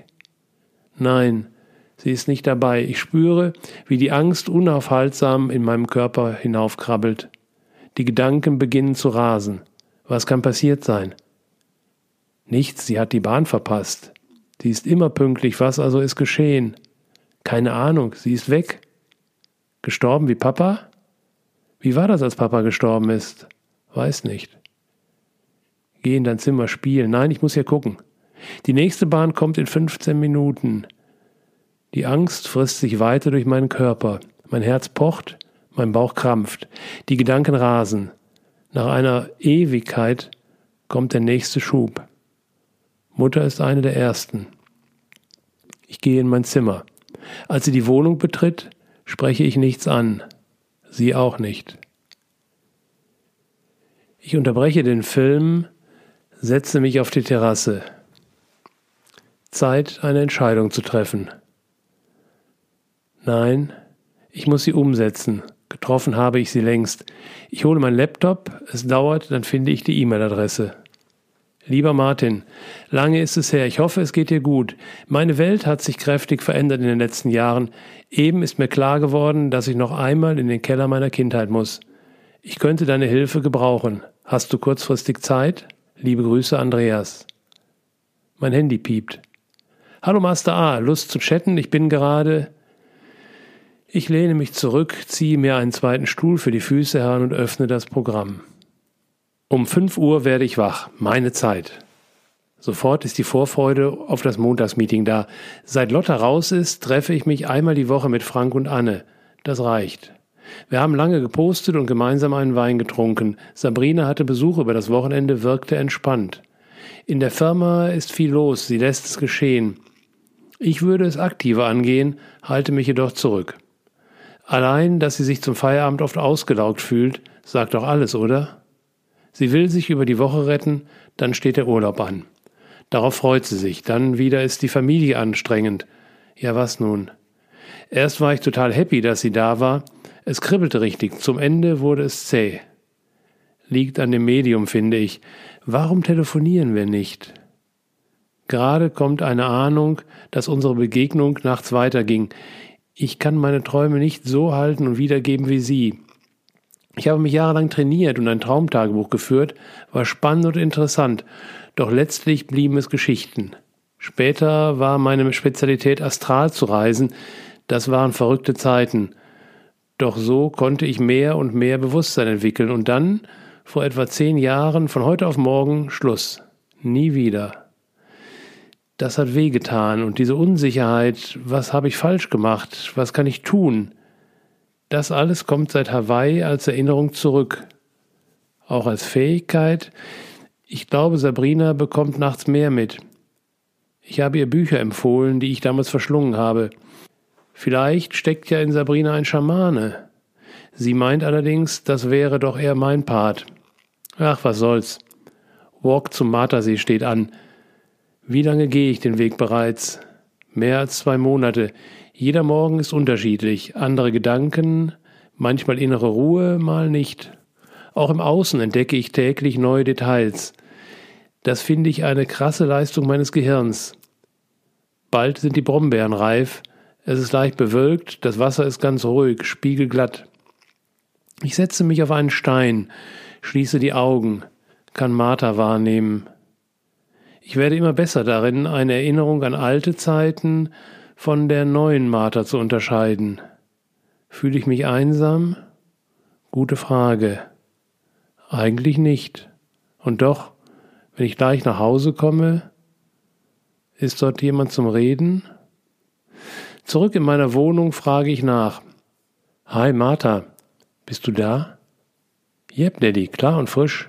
Nein, sie ist nicht dabei. Ich spüre, wie die Angst unaufhaltsam in meinem Körper hinaufkrabbelt. Die Gedanken beginnen zu rasen. Was kann passiert sein? Nichts, sie hat die Bahn verpasst. Sie ist immer pünktlich, was also ist geschehen? Keine Ahnung, sie ist weg. Gestorben wie Papa? Wie war das, als Papa gestorben ist? Weiß nicht. Geh in dein Zimmer spielen. Nein, ich muss hier gucken. Die nächste Bahn kommt in fünfzehn Minuten. Die Angst frisst sich weiter durch meinen Körper. Mein Herz pocht, mein Bauch krampft. Die Gedanken rasen. Nach einer Ewigkeit kommt der nächste Schub. Mutter ist eine der ersten. Ich gehe in mein Zimmer. Als sie die Wohnung betritt, spreche ich nichts an. Sie auch nicht. Ich unterbreche den Film, Setze mich auf die Terrasse. Zeit, eine Entscheidung zu treffen. Nein, ich muss sie umsetzen. Getroffen habe ich sie längst. Ich hole meinen Laptop, es dauert, dann finde ich die E-Mail-Adresse. Lieber Martin, lange ist es her, ich hoffe, es geht dir gut. Meine Welt hat sich kräftig verändert in den letzten Jahren. Eben ist mir klar geworden, dass ich noch einmal in den Keller meiner Kindheit muss. Ich könnte deine Hilfe gebrauchen. Hast du kurzfristig Zeit? Liebe Grüße, Andreas. Mein Handy piept. Hallo Master A, Lust zu chatten? Ich bin gerade... Ich lehne mich zurück, ziehe mir einen zweiten Stuhl für die Füße heran und öffne das Programm. Um fünf Uhr werde ich wach, meine Zeit. Sofort ist die Vorfreude auf das Montagsmeeting da. Seit Lotta raus ist, treffe ich mich einmal die Woche mit Frank und Anne. Das reicht. Wir haben lange gepostet und gemeinsam einen Wein getrunken. Sabrina hatte Besuch über das Wochenende, wirkte entspannt. In der Firma ist viel los, sie lässt es geschehen. Ich würde es aktiver angehen, halte mich jedoch zurück. Allein, dass sie sich zum Feierabend oft ausgelaugt fühlt, sagt doch alles, oder? Sie will sich über die Woche retten, dann steht der Urlaub an. Darauf freut sie sich, dann wieder ist die Familie anstrengend. Ja, was nun? Erst war ich total happy, dass sie da war. Es kribbelte richtig, zum Ende wurde es zäh. Liegt an dem Medium, finde ich. Warum telefonieren wir nicht? Gerade kommt eine Ahnung, dass unsere Begegnung nachts weiterging. Ich kann meine Träume nicht so halten und wiedergeben wie sie. Ich habe mich jahrelang trainiert und ein Traumtagebuch geführt, war spannend und interessant, doch letztlich blieben es Geschichten. Später war meine Spezialität astral zu reisen, das waren verrückte Zeiten. Doch so konnte ich mehr und mehr Bewusstsein entwickeln und dann, vor etwa zehn Jahren, von heute auf morgen, Schluss. Nie wieder. Das hat wehgetan und diese Unsicherheit, was habe ich falsch gemacht, was kann ich tun? Das alles kommt seit Hawaii als Erinnerung zurück. Auch als Fähigkeit. Ich glaube, Sabrina bekommt nachts mehr mit. Ich habe ihr Bücher empfohlen, die ich damals verschlungen habe. Vielleicht steckt ja in Sabrina ein Schamane. Sie meint allerdings, das wäre doch eher mein Part. Ach, was soll's. Walk zum Martersee steht an. Wie lange gehe ich den Weg bereits? Mehr als zwei Monate. Jeder Morgen ist unterschiedlich. Andere Gedanken, manchmal innere Ruhe, mal nicht. Auch im Außen entdecke ich täglich neue Details. Das finde ich eine krasse Leistung meines Gehirns. Bald sind die Brombeeren reif. Es ist leicht bewölkt, das Wasser ist ganz ruhig, spiegelglatt. Ich setze mich auf einen Stein, schließe die Augen, kann Martha wahrnehmen. Ich werde immer besser darin, eine Erinnerung an alte Zeiten von der neuen Martha zu unterscheiden. Fühle ich mich einsam? Gute Frage. Eigentlich nicht. Und doch, wenn ich gleich nach Hause komme, ist dort jemand zum Reden? Zurück in meiner Wohnung frage ich nach. Hi Martha, bist du da? Jep, Daddy, klar und frisch.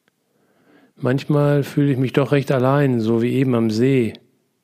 Manchmal fühle ich mich doch recht allein, so wie eben am See.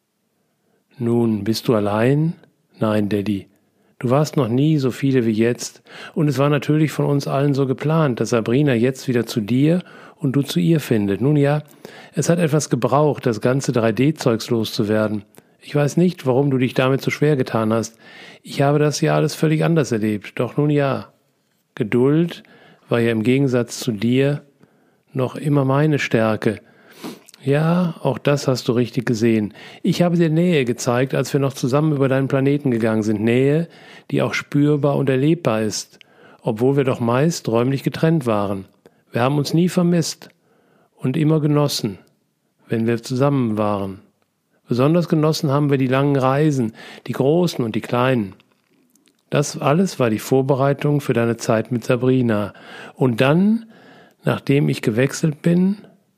Nun, bist du allein? Nein, Daddy. Du warst noch nie so viele wie jetzt. Und es war natürlich von uns allen so geplant, dass Sabrina jetzt wieder zu dir und du zu ihr findet. Nun ja, es hat etwas gebraucht, das ganze drei D-Zeugs loszuwerden. Ich weiß nicht, warum du dich damit so schwer getan hast. Ich habe das ja alles völlig anders erlebt. Doch nun ja. Geduld war ja im Gegensatz zu dir noch immer meine Stärke. Ja, auch das hast du richtig gesehen. Ich habe dir Nähe gezeigt, als wir noch zusammen über deinen Planeten gegangen sind. Nähe, die auch spürbar und erlebbar ist, obwohl wir doch meist räumlich getrennt waren. Wir haben uns nie vermisst und immer genossen, wenn wir zusammen waren. Besonders genossen haben wir die langen Reisen, die großen und die kleinen. Das alles war die Vorbereitung für deine Zeit mit Sabrina. Und dann, nachdem ich gewechselt bin,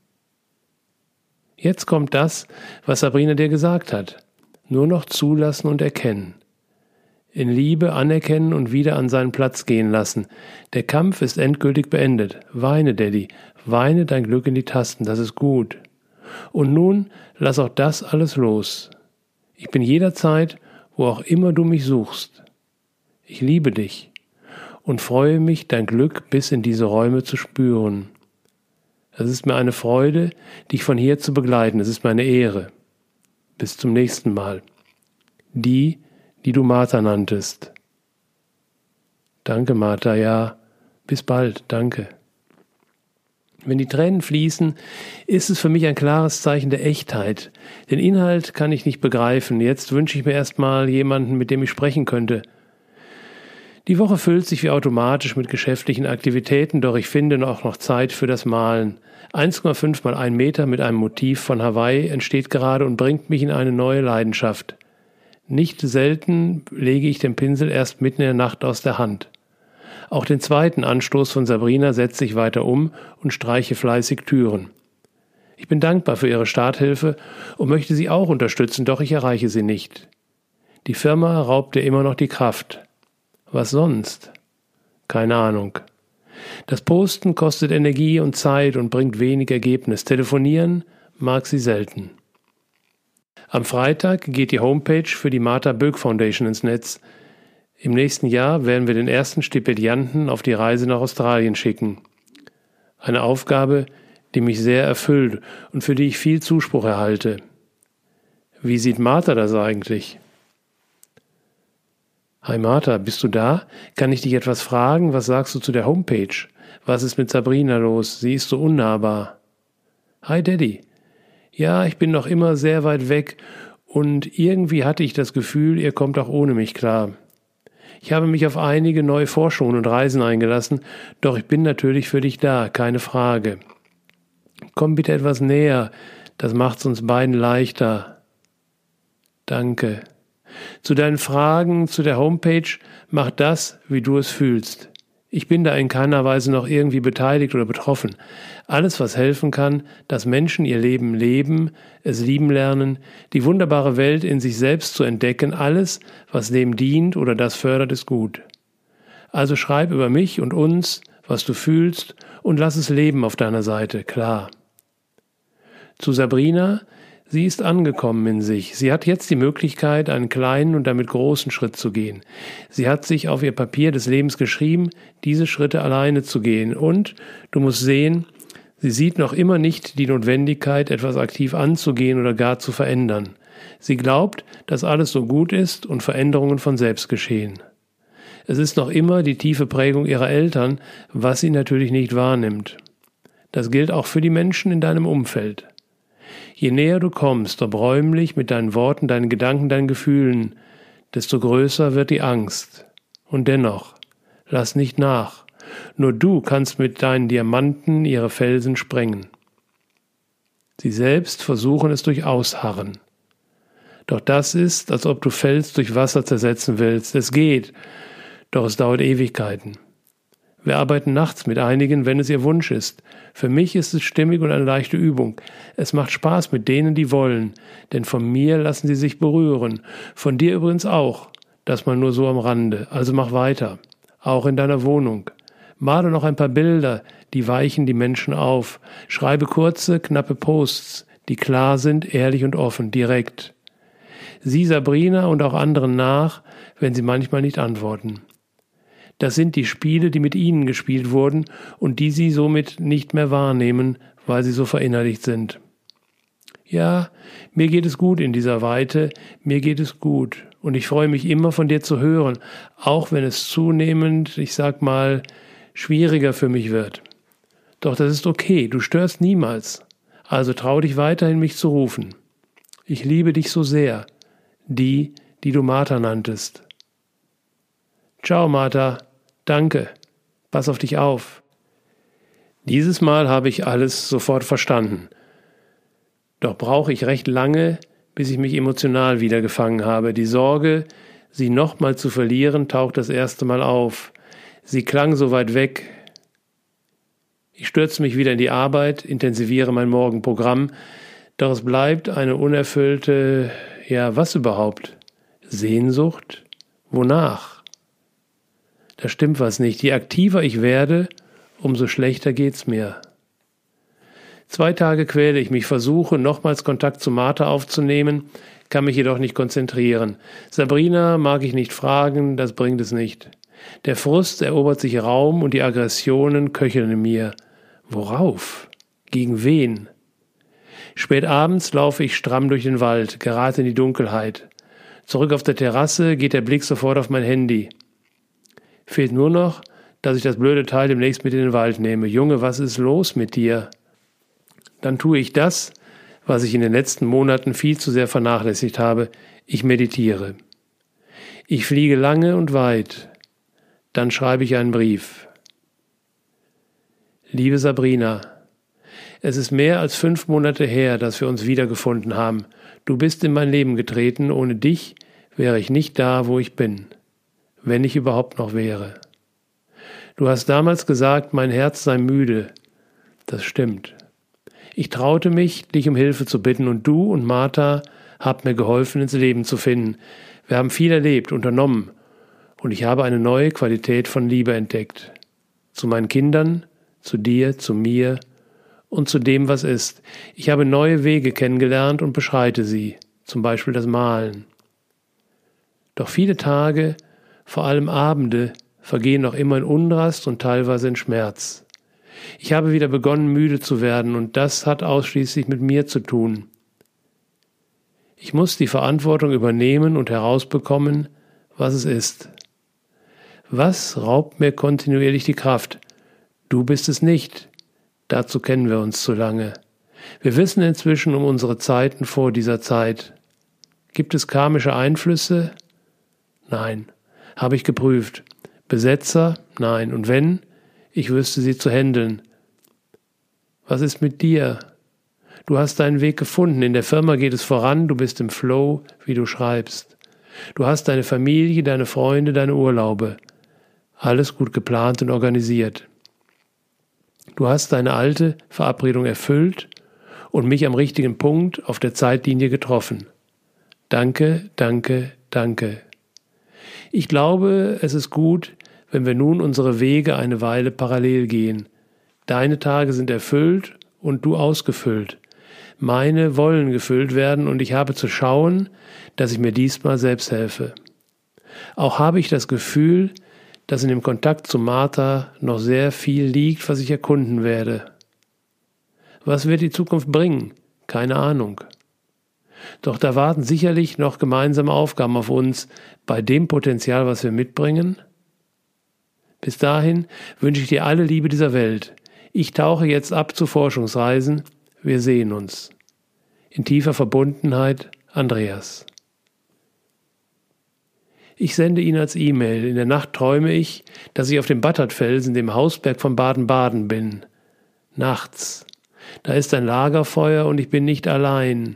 jetzt kommt das, was Sabrina dir gesagt hat. Nur noch zulassen und erkennen. In Liebe anerkennen und wieder an seinen Platz gehen lassen. Der Kampf ist endgültig beendet. Weine, Daddy, weine dein Glück in die Tasten, das ist gut. Und nun lass auch das alles los. Ich bin jederzeit, wo auch immer du mich suchst. Ich liebe dich und freue mich, dein Glück bis in diese Räume zu spüren. Es ist mir eine Freude, dich von hier zu begleiten. Es ist mir eine Ehre. Bis zum nächsten Mal. Die, die du Martha nanntest. Danke, Martha, ja. Bis bald, danke. Wenn die Tränen fließen, ist es für mich ein klares Zeichen der Echtheit. Den Inhalt kann ich nicht begreifen. Jetzt wünsche ich mir erstmal jemanden, mit dem ich sprechen könnte. Die Woche füllt sich wie automatisch mit geschäftlichen Aktivitäten, doch ich finde auch noch Zeit für das Malen. eins Komma fünf mal ein Meter mit einem Motiv von Hawaii entsteht gerade und bringt mich in eine neue Leidenschaft. Nicht selten lege ich den Pinsel erst mitten in der Nacht aus der Hand. Auch den zweiten Anstoß von Sabrina setze ich weiter um und streiche fleißig Türen. Ich bin dankbar für ihre Starthilfe und möchte sie auch unterstützen, doch ich erreiche sie nicht. Die Firma raubt ihr immer noch die Kraft. Was sonst? Keine Ahnung. Das Posten kostet Energie und Zeit und bringt wenig Ergebnis. Telefonieren mag sie selten. Am Freitag geht die Homepage für die Martha Böck Foundation ins Netz. Im nächsten Jahr werden wir den ersten Stipendianten auf die Reise nach Australien schicken. Eine Aufgabe, die mich sehr erfüllt und für die ich viel Zuspruch erhalte. Wie sieht Martha das eigentlich? Hi Martha, bist du da? Kann ich dich etwas fragen? Was sagst du zu der Homepage? Was ist mit Sabrina los? Sie ist so unnahbar. Hi Daddy. Ja, ich bin noch immer sehr weit weg und irgendwie hatte ich das Gefühl, ihr kommt auch ohne mich klar. Ich habe mich auf einige neue Forschungen und Reisen eingelassen, doch ich bin natürlich für dich da, keine Frage. Komm bitte etwas näher, das macht's uns beiden leichter. Danke. Zu deinen Fragen zu der Homepage, mach das, wie du es fühlst. Ich bin da in keiner Weise noch irgendwie beteiligt oder betroffen. Alles, was helfen kann, dass Menschen ihr Leben leben, es lieben lernen, die wunderbare Welt in sich selbst zu entdecken, alles, was dem dient oder das fördert, ist gut. Also schreib über mich und uns, was du fühlst, und lass es leben auf deiner Seite, klar. Zu Sabrina: Sie ist angekommen in sich. Sie hat jetzt die Möglichkeit, einen kleinen und damit großen Schritt zu gehen. Sie hat sich auf ihr Papier des Lebens geschrieben, diese Schritte alleine zu gehen. Und du musst sehen, sie sieht noch immer nicht die Notwendigkeit, etwas aktiv anzugehen oder gar zu verändern. Sie glaubt, dass alles so gut ist und Veränderungen von selbst geschehen. Es ist noch immer die tiefe Prägung ihrer Eltern, was sie natürlich nicht wahrnimmt. Das gilt auch für die Menschen in deinem Umfeld. Je näher du kommst, ob räumlich, mit deinen Worten, deinen Gedanken, deinen Gefühlen, desto größer wird die Angst. Und dennoch, lass nicht nach. Nur du kannst mit deinen Diamanten ihre Felsen sprengen. Sie selbst versuchen es durch Ausharren. Doch das ist, als ob du Fels durch Wasser zersetzen willst. Es geht, doch es dauert Ewigkeiten. Wir arbeiten nachts mit einigen, wenn es ihr Wunsch ist. Für mich ist es stimmig und eine leichte Übung. Es macht Spaß mit denen, die wollen, denn von mir lassen sie sich berühren. Von dir übrigens auch, das mal nur so am Rande. Also mach weiter, auch in deiner Wohnung. Male noch ein paar Bilder, die weichen die Menschen auf. Schreibe kurze, knappe Posts, die klar sind, ehrlich und offen, direkt. Sieh Sabrina und auch anderen nach, wenn sie manchmal nicht antworten. Das sind die Spiele, die mit ihnen gespielt wurden und die sie somit nicht mehr wahrnehmen, weil sie so verinnerlicht sind. Ja, mir geht es gut in dieser Weite, mir geht es gut und ich freue mich immer von dir zu hören, auch wenn es zunehmend, ich sag mal, schwieriger für mich wird. Doch das ist okay, du störst niemals, also trau dich weiterhin, mich zu rufen. Ich liebe dich so sehr, die, die du Martha nanntest. Ciao Martha, danke, pass auf dich auf. Dieses Mal habe ich alles sofort verstanden. Doch brauche ich recht lange, bis ich mich emotional wieder gefangen habe. Die Sorge, sie nochmal zu verlieren, taucht das erste Mal auf. Sie klang so weit weg. Ich stürze mich wieder in die Arbeit, intensiviere mein Morgenprogramm, doch es bleibt eine unerfüllte, ja, was überhaupt? Sehnsucht? Wonach? Da stimmt was nicht. Je aktiver ich werde, umso schlechter geht's mir. Zwei Tage quäle ich mich, versuche, nochmals Kontakt zu Martha aufzunehmen, kann mich jedoch nicht konzentrieren. Sabrina mag ich nicht fragen, das bringt es nicht. Der Frust erobert sich Raum und die Aggressionen köcheln in mir. Worauf? Gegen wen? Spät abends laufe ich stramm durch den Wald, gerate in die Dunkelheit. Zurück auf der Terrasse geht der Blick sofort auf mein Handy. Fehlt nur noch, dass ich das blöde Teil demnächst mit in den Wald nehme. Junge, was ist los mit dir? Dann tue ich das, was ich in den letzten Monaten viel zu sehr vernachlässigt habe. Ich meditiere. Ich fliege lange und weit. Dann schreibe ich einen Brief. Liebe Sabrina, es ist mehr als fünf Monate her, dass wir uns wiedergefunden haben. Du bist in mein Leben getreten. Ohne dich wäre ich nicht da, wo ich bin. Wenn ich überhaupt noch wäre. Du hast damals gesagt, mein Herz sei müde. Das stimmt. Ich traute mich, dich um Hilfe zu bitten, und du und Martha habt mir geholfen, ins Leben zu finden. Wir haben viel erlebt, unternommen, und ich habe eine neue Qualität von Liebe entdeckt. Zu meinen Kindern, zu dir, zu mir und zu dem, was ist. Ich habe neue Wege kennengelernt und beschreite sie, zum Beispiel das Malen. Doch viele Tage, vor allem Abende, vergehen noch immer in Unrast und teilweise in Schmerz. Ich habe wieder begonnen, müde zu werden, und das hat ausschließlich mit mir zu tun. Ich muss die Verantwortung übernehmen und herausbekommen, was es ist. Was raubt mir kontinuierlich die Kraft? Du bist es nicht. Dazu kennen wir uns zu lange. Wir wissen inzwischen um unsere Zeiten vor dieser Zeit. Gibt es karmische Einflüsse? Nein. Habe ich geprüft. Besetzer? Nein. Und wenn? Ich wüsste sie zu handeln. Was ist mit dir? Du hast deinen Weg gefunden. In der Firma geht es voran. Du bist im Flow, wie du schreibst. Du hast deine Familie, deine Freunde, deine Urlaube. Alles gut geplant und organisiert. Du hast deine alte Verabredung erfüllt und mich am richtigen Punkt auf der Zeitlinie getroffen. Danke, danke, danke. Ich glaube, es ist gut, wenn wir nun unsere Wege eine Weile parallel gehen. Deine Tage sind erfüllt und du ausgefüllt. Meine wollen gefüllt werden, und ich habe zu schauen, dass ich mir diesmal selbst helfe. Auch habe ich das Gefühl, dass in dem Kontakt zu Martha noch sehr viel liegt, was ich erkunden werde. Was wird die Zukunft bringen? Keine Ahnung. Doch da warten sicherlich noch gemeinsame Aufgaben auf uns, bei dem Potenzial, was wir mitbringen. Bis dahin wünsche ich dir alle Liebe dieser Welt. Ich tauche jetzt ab zu Forschungsreisen. Wir sehen uns. In tiefer Verbundenheit, Andreas. Ich sende ihn als E-Mail. In der Nacht träume ich, dass ich auf dem Battertfelsen, dem Hausberg von Baden-Baden bin. Nachts. Da ist ein Lagerfeuer und ich bin nicht allein.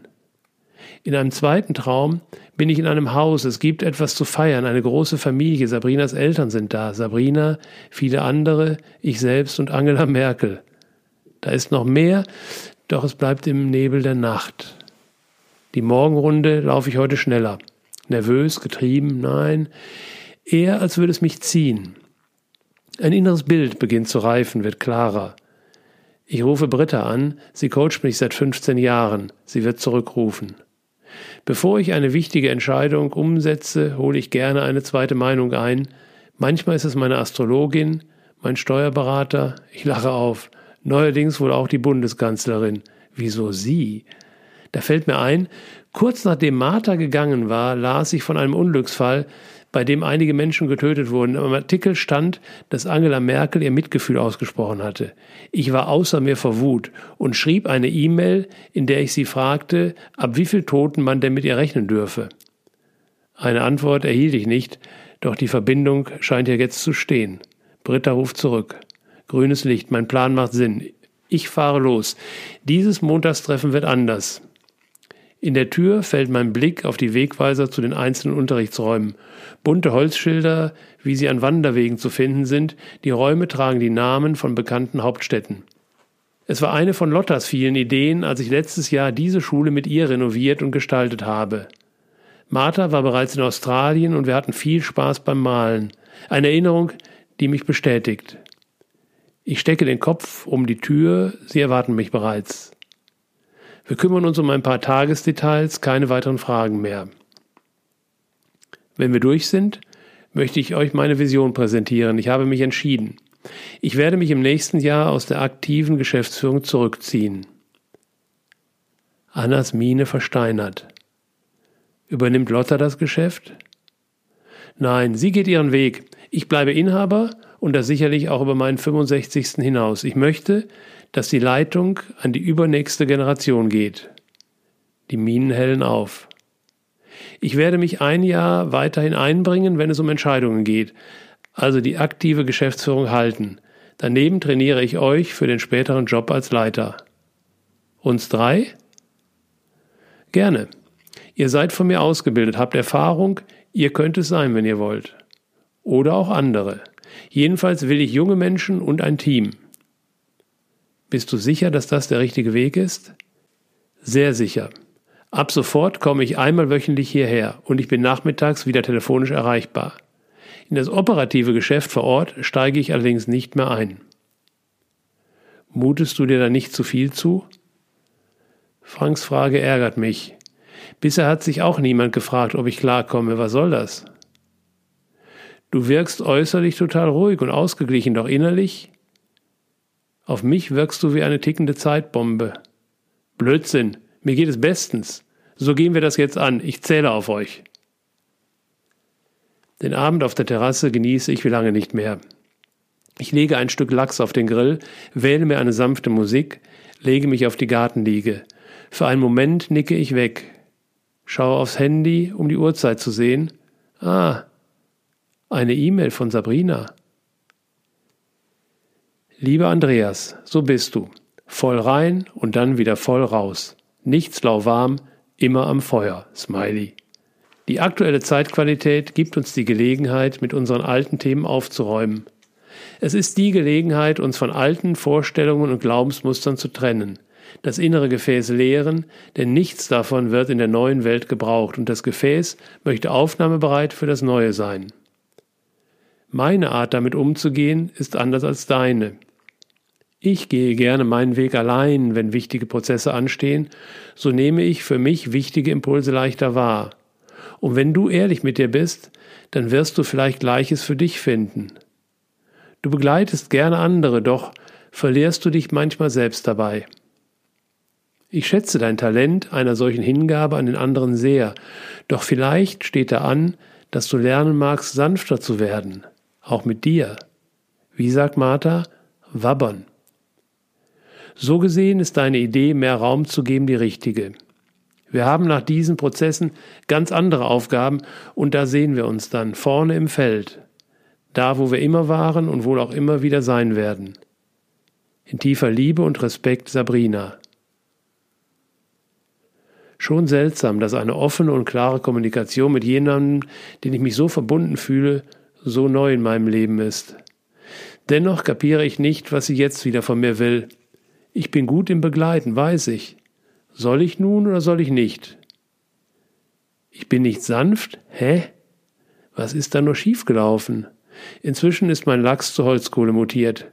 In einem zweiten Traum bin ich in einem Haus. Es gibt etwas zu feiern, eine große Familie. Sabrinas Eltern sind da. Sabrina, viele andere, ich selbst und Angela Merkel. Da ist noch mehr, doch es bleibt im Nebel der Nacht. Die Morgenrunde laufe ich heute schneller. Nervös, getrieben, nein, eher als würde es mich ziehen. Ein inneres Bild beginnt zu reifen, wird klarer. Ich rufe Britta an, sie coacht mich seit fünfzehn Jahren, sie wird zurückrufen. Bevor ich eine wichtige Entscheidung umsetze, hole ich gerne eine zweite Meinung ein. Manchmal ist es meine Astrologin, mein Steuerberater, ich lache auf, neuerdings wohl auch die Bundeskanzlerin. Wieso sie? Da fällt mir ein, kurz nachdem Martha gegangen war, las ich von einem Unglücksfall, bei dem einige Menschen getötet wurden. Im Artikel stand, dass Angela Merkel ihr Mitgefühl ausgesprochen hatte. Ich war außer mir vor Wut und schrieb eine E-Mail, in der ich sie fragte, ab wie viel Toten man denn mit ihr rechnen dürfe. Eine Antwort erhielt ich nicht, doch die Verbindung scheint ja jetzt zu stehen. Britta ruft zurück. Grünes Licht, mein Plan macht Sinn. Ich fahre los. Dieses Montagstreffen wird anders. In der Tür fällt mein Blick auf die Wegweiser zu den einzelnen Unterrichtsräumen. Bunte Holzschilder, wie sie an Wanderwegen zu finden sind, die Räume tragen die Namen von bekannten Hauptstädten. Es war eine von Lottas vielen Ideen, als ich letztes Jahr diese Schule mit ihr renoviert und gestaltet habe. Martha war bereits in Australien und wir hatten viel Spaß beim Malen. Eine Erinnerung, die mich bestätigt. Ich stecke den Kopf um die Tür, sie erwarten mich bereits. Wir kümmern uns um ein paar Tagesdetails, keine weiteren Fragen mehr. Wenn wir durch sind, möchte ich euch meine Vision präsentieren. Ich habe mich entschieden. Ich werde mich im nächsten Jahr aus der aktiven Geschäftsführung zurückziehen. Annas Miene versteinert. Übernimmt Lotta das Geschäft? Nein, sie geht ihren Weg. Ich bleibe Inhaber und das sicherlich auch über meinen fünfundsechzigsten hinaus. Ich möchte, dass die Leitung an die übernächste Generation geht. Die Mienen hellen auf. Ich werde mich ein Jahr weiterhin einbringen, wenn es um Entscheidungen geht, also die aktive Geschäftsführung halten. Daneben trainiere ich euch für den späteren Job als Leiter. Uns drei? Gerne. Ihr seid von mir ausgebildet, habt Erfahrung, ihr könnt es sein, wenn ihr wollt. Oder auch andere. Jedenfalls will ich junge Menschen und ein Team. Bist du sicher, dass das der richtige Weg ist? Sehr sicher. Ab sofort komme ich einmal wöchentlich hierher und ich bin nachmittags wieder telefonisch erreichbar. In das operative Geschäft vor Ort steige ich allerdings nicht mehr ein. Mutest du dir da nicht zu viel zu? Franks Frage ärgert mich. Bisher hat sich auch niemand gefragt, ob ich klarkomme. Was soll das? Du wirkst äußerlich total ruhig und ausgeglichen, doch innerlich? Auf mich wirkst du wie eine tickende Zeitbombe. Blödsinn, mir geht es bestens. So gehen wir das jetzt an. Ich zähle auf euch. Den Abend auf der Terrasse genieße ich wie lange nicht mehr. Ich lege ein Stück Lachs auf den Grill, wähle mir eine sanfte Musik, lege mich auf die Gartenliege. Für einen Moment nicke ich weg. Schaue aufs Handy, um die Uhrzeit zu sehen. Ah, eine E-Mail von Sabrina. Lieber Andreas, so bist du. Voll rein und dann wieder voll raus. Nichts lauwarm, immer am Feuer. Smiley. Die aktuelle Zeitqualität gibt uns die Gelegenheit, mit unseren alten Themen aufzuräumen. Es ist die Gelegenheit, uns von alten Vorstellungen und Glaubensmustern zu trennen, das innere Gefäß leeren, denn nichts davon wird in der neuen Welt gebraucht und das Gefäß möchte aufnahmebereit für das Neue sein. Meine Art, damit umzugehen, ist anders als deine. Ich gehe gerne meinen Weg allein, wenn wichtige Prozesse anstehen, so nehme ich für mich wichtige Impulse leichter wahr. Und wenn du ehrlich mit dir bist, dann wirst du vielleicht Gleiches für dich finden. Du begleitest gerne andere, doch verlierst du dich manchmal selbst dabei. Ich schätze dein Talent einer solchen Hingabe an den anderen sehr, doch vielleicht steht da an, dass du lernen magst, sanfter zu werden, auch mit dir. Wie sagt Martha? Wabbern. So gesehen ist deine Idee, mehr Raum zu geben, die richtige. Wir haben nach diesen Prozessen ganz andere Aufgaben und da sehen wir uns dann, vorne im Feld, da wo wir immer waren und wohl auch immer wieder sein werden. In tiefer Liebe und Respekt, Sabrina. Schon seltsam, dass eine offene und klare Kommunikation mit jemandem, den ich mich so verbunden fühle, so neu in meinem Leben ist. Dennoch kapiere ich nicht, was sie jetzt wieder von mir will. Ich bin gut im Begleiten, weiß ich. Soll ich nun oder soll ich nicht? Ich bin nicht sanft? Hä? Was ist da nur schiefgelaufen? Inzwischen ist mein Lachs zur Holzkohle mutiert.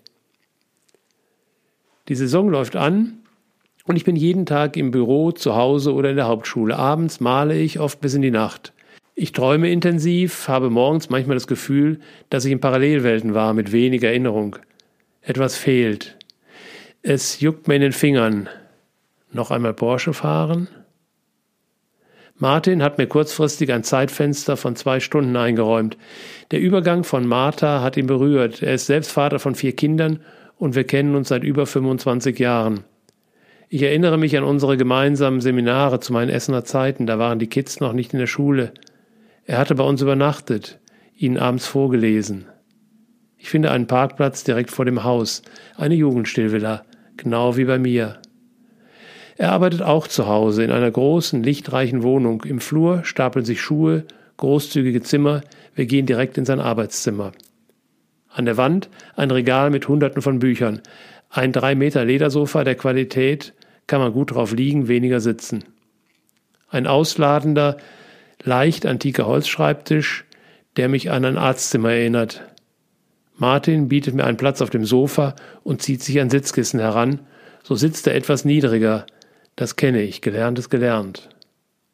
Die Saison läuft an und ich bin jeden Tag im Büro, zu Hause oder in der Hauptschule. Abends male ich oft bis in die Nacht. Ich träume intensiv, habe morgens manchmal das Gefühl, dass ich in Parallelwelten war mit wenig Erinnerung. Etwas fehlt. Es juckt mir in den Fingern. Noch einmal Porsche fahren? Martin hat mir kurzfristig ein Zeitfenster von zwei Stunden eingeräumt. Der Übergang von Martha hat ihn berührt. Er ist selbst Vater von vier Kindern und wir kennen uns seit über fünfundzwanzig Jahren. Ich erinnere mich an unsere gemeinsamen Seminare zu meinen Essener Zeiten. Da waren die Kids noch nicht in der Schule. Er hatte bei uns übernachtet, ihnen abends vorgelesen. Ich finde einen Parkplatz direkt vor dem Haus, eine Jugendstillvilla, genau wie bei mir. Er arbeitet auch zu Hause in einer großen, lichtreichen Wohnung. Im Flur stapeln sich Schuhe, großzügige Zimmer. Wir gehen direkt in sein Arbeitszimmer. An der Wand ein Regal mit Hunderten von Büchern. Ein drei Meter Ledersofa der Qualität, kann man gut drauf liegen, weniger sitzen. Ein ausladender, leicht antiker Holzschreibtisch, der mich an ein Arztzimmer erinnert. Martin bietet mir einen Platz auf dem Sofa und zieht sich ein Sitzkissen heran. So sitzt er etwas niedriger. Das kenne ich, gelernt ist gelernt.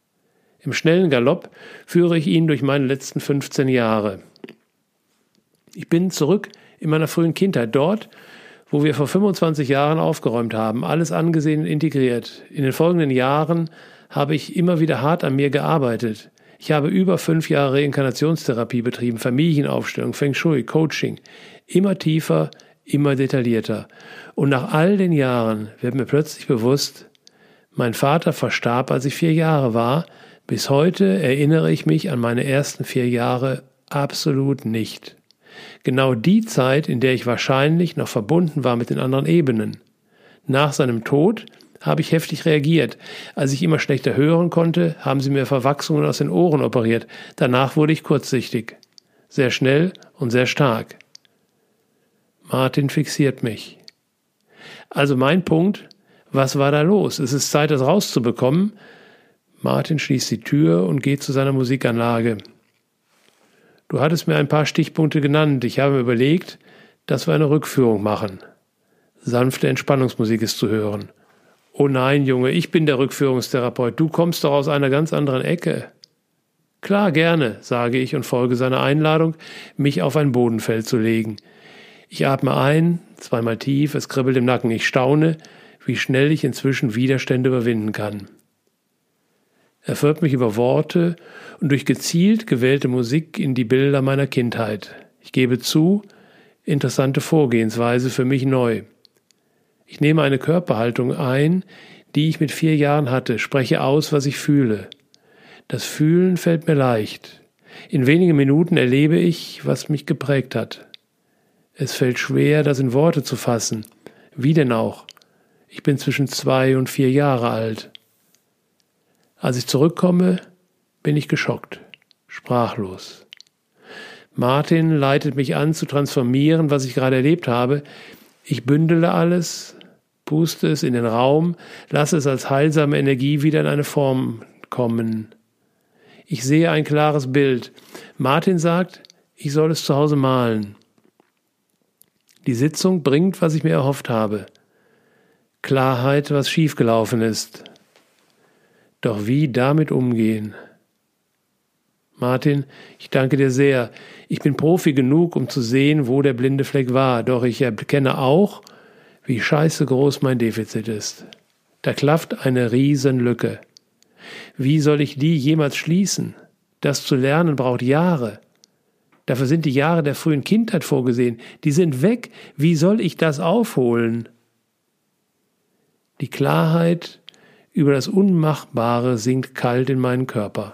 Im schnellen Galopp führe ich ihn durch meine letzten fünfzehn Jahre. Ich bin zurück in meiner frühen Kindheit, dort, wo wir vor fünfundzwanzig Jahren aufgeräumt haben, alles angesehen und integriert. In den folgenden Jahren habe ich immer wieder hart an mir gearbeitet. Ich habe über fünf Jahre Reinkarnationstherapie betrieben, Familienaufstellung, Feng Shui, Coaching. Immer tiefer, immer detaillierter. Und nach all den Jahren wird mir plötzlich bewusst, mein Vater verstarb, als ich vier Jahre war. Bis heute erinnere ich mich an meine ersten vier Jahre absolut nicht. Genau die Zeit, in der ich wahrscheinlich noch verbunden war mit den anderen Ebenen. Nach seinem Tod habe ich heftig reagiert. Als ich immer schlechter hören konnte, haben sie mir Verwachsungen aus den Ohren operiert. Danach wurde ich kurzsichtig. Sehr schnell und sehr stark. Martin fixiert mich. Also mein Punkt, was war da los? Es ist Zeit, das rauszubekommen. Martin schließt die Tür und geht zu seiner Musikanlage. Du hattest mir ein paar Stichpunkte genannt. Ich habe mir überlegt, dass wir eine Rückführung machen. Sanfte Entspannungsmusik ist zu hören. Oh nein, Junge, ich bin der Rückführungstherapeut. Du kommst doch aus einer ganz anderen Ecke. Klar, gerne, sage ich und folge seiner Einladung, mich auf ein Bodenfeld zu legen. Ich atme ein, zweimal tief, es kribbelt im Nacken. Ich staune, wie schnell ich inzwischen Widerstände überwinden kann. Er führt mich über Worte und durch gezielt gewählte Musik in die Bilder meiner Kindheit. Ich gebe zu, interessante Vorgehensweise für mich neu. Ich nehme eine Körperhaltung ein, die ich mit vier Jahren hatte, spreche aus, was ich fühle. Das Fühlen fällt mir leicht. In wenigen Minuten erlebe ich, was mich geprägt hat. Es fällt schwer, das in Worte zu fassen. Wie denn auch? Ich bin zwischen zwei und vier Jahre alt. Als ich zurückkomme, bin ich geschockt, sprachlos. Martin leitet mich an, zu transformieren, was ich gerade erlebt habe. Ich bündele alles, puste es in den Raum, lasse es als heilsame Energie wieder in eine Form kommen. Ich sehe ein klares Bild. Martin sagt, ich soll es zu Hause malen. Die Sitzung bringt, was ich mir erhofft habe. Klarheit, was schiefgelaufen ist. Doch wie damit umgehen? Martin, ich danke dir sehr. Ich bin Profi genug, um zu sehen, wo der blinde Fleck war. Doch ich erkenne auch, wie scheiße groß mein Defizit ist. Da klafft eine Riesenlücke. Wie soll ich die jemals schließen? Das zu lernen braucht Jahre. Dafür sind die Jahre der frühen Kindheit vorgesehen. Die sind weg. Wie soll ich das aufholen? Die Klarheit über das Unmachbare sinkt kalt in meinen Körper.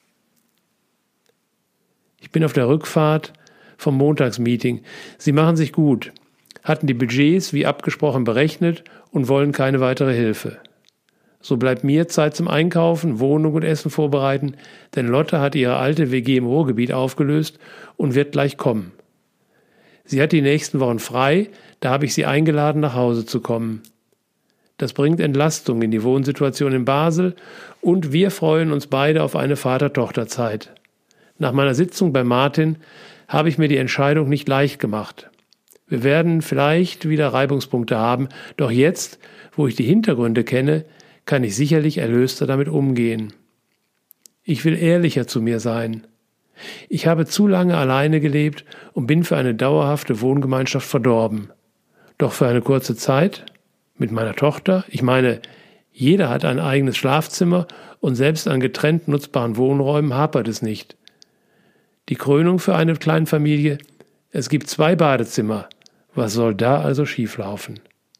Ich bin auf der Rückfahrt vom Montagsmeeting. Sie machen sich gut, hatten die Budgets wie abgesprochen berechnet und wollen keine weitere Hilfe. So bleibt mir Zeit zum Einkaufen, Wohnung und Essen vorbereiten, denn Lotte hat ihre alte W G im Ruhrgebiet aufgelöst und wird gleich kommen. Sie hat die nächsten Wochen frei, da habe ich sie eingeladen, nach Hause zu kommen. Das bringt Entlastung in die Wohnsituation in Basel und wir freuen uns beide auf eine Vater-Tochter-Zeit. Nach meiner Sitzung bei Martin habe ich mir die Entscheidung nicht leicht gemacht. Wir werden vielleicht wieder Reibungspunkte haben, doch jetzt, wo ich die Hintergründe kenne, kann ich sicherlich erlöster damit umgehen. Ich will ehrlicher zu mir sein. Ich habe zu lange alleine gelebt und bin für eine dauerhafte Wohngemeinschaft verdorben. Doch für eine kurze Zeit mit meiner Tochter, ich meine, jeder hat ein eigenes Schlafzimmer und selbst an getrennt nutzbaren Wohnräumen hapert es nicht. Die Krönung für eine Kleinfamilie, es gibt zwei Badezimmer. Was soll da also schieflaufen?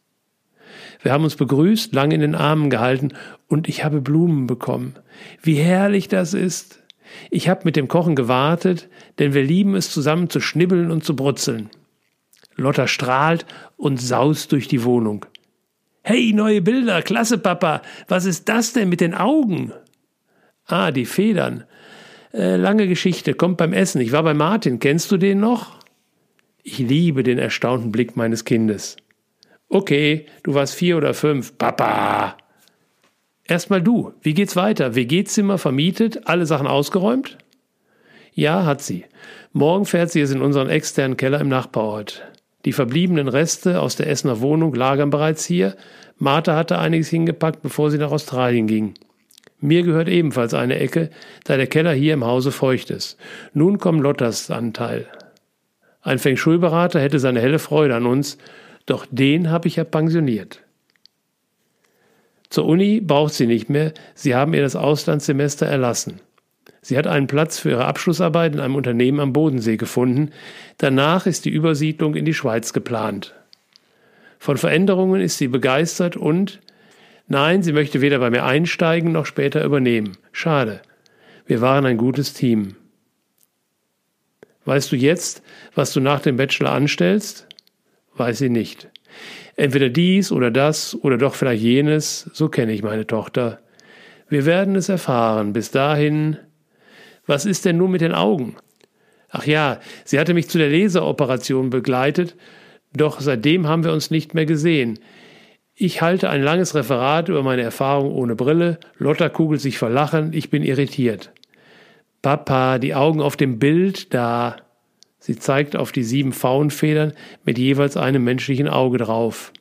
Wir haben uns begrüßt, lange in den Armen gehalten und ich habe Blumen bekommen. Wie herrlich das ist! Ich habe mit dem Kochen gewartet, denn wir lieben es, zusammen zu schnibbeln und zu brutzeln. Lotta strahlt und saust durch die Wohnung. Hey, neue Bilder, klasse Papa, was ist das denn mit den Augen? Ah, die Federn. Äh, lange Geschichte, kommt beim Essen. Ich war bei Martin, kennst du den noch? Ich liebe den erstaunten Blick meines Kindes. Okay, du warst vier oder fünf. Papa! Erstmal du, wie geht's weiter? W G-Zimmer vermietet, alle Sachen ausgeräumt? Ja, hat sie. Morgen fährt sie es in unseren externen Keller im Nachbarort. Die verbliebenen Reste aus der Essener Wohnung lagern bereits hier. Martha hatte einiges hingepackt, bevor sie nach Australien ging. Mir gehört ebenfalls eine Ecke, da der Keller hier im Hause feucht ist. Nun kommt Lottas Anteil. Ein Feng Shui-Berater hätte seine helle Freude an uns, doch den habe ich ja pensioniert. Zur Uni braucht sie nicht mehr, sie haben ihr das Auslandssemester erlassen. Sie hat einen Platz für ihre Abschlussarbeit in einem Unternehmen am Bodensee gefunden. Danach ist die Übersiedlung in die Schweiz geplant. Von Veränderungen ist sie begeistert und, nein, sie möchte weder bei mir einsteigen noch später übernehmen. Schade. Wir waren ein gutes Team. Weißt du jetzt, was du nach dem Bachelor anstellst? Weiß sie nicht. Entweder dies oder das oder doch vielleicht jenes, so kenne ich meine Tochter. Wir werden es erfahren. Bis dahin... Was ist denn nun mit den Augen? Ach ja, sie hatte mich zu der Laseroperation begleitet, doch seitdem haben wir uns nicht mehr gesehen. Ich halte ein langes Referat über meine Erfahrung ohne Brille, Lotta kugelt sich vor Lachen, ich bin irritiert. Papa, die Augen auf dem Bild, da. Sie zeigt auf die sieben Faunfedern mit jeweils einem menschlichen Auge drauf.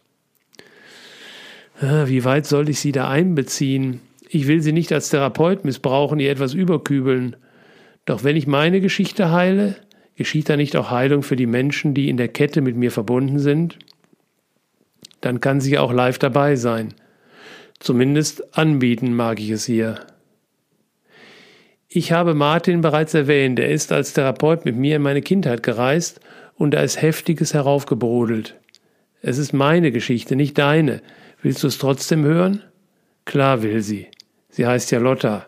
Wie weit soll ich sie da einbeziehen? Ich will sie nicht als Therapeut missbrauchen, ihr etwas überkübeln. Doch wenn ich meine Geschichte heile, geschieht da nicht auch Heilung für die Menschen, die in der Kette mit mir verbunden sind? Dann kann sie auch live dabei sein. Zumindest anbieten mag ich es hier. Ich habe Martin bereits erwähnt, er ist als Therapeut mit mir in meine Kindheit gereist und da ist Heftiges heraufgebrodelt. Es ist meine Geschichte, nicht deine. Willst du es trotzdem hören? Klar will sie. Sie heißt ja Lotta.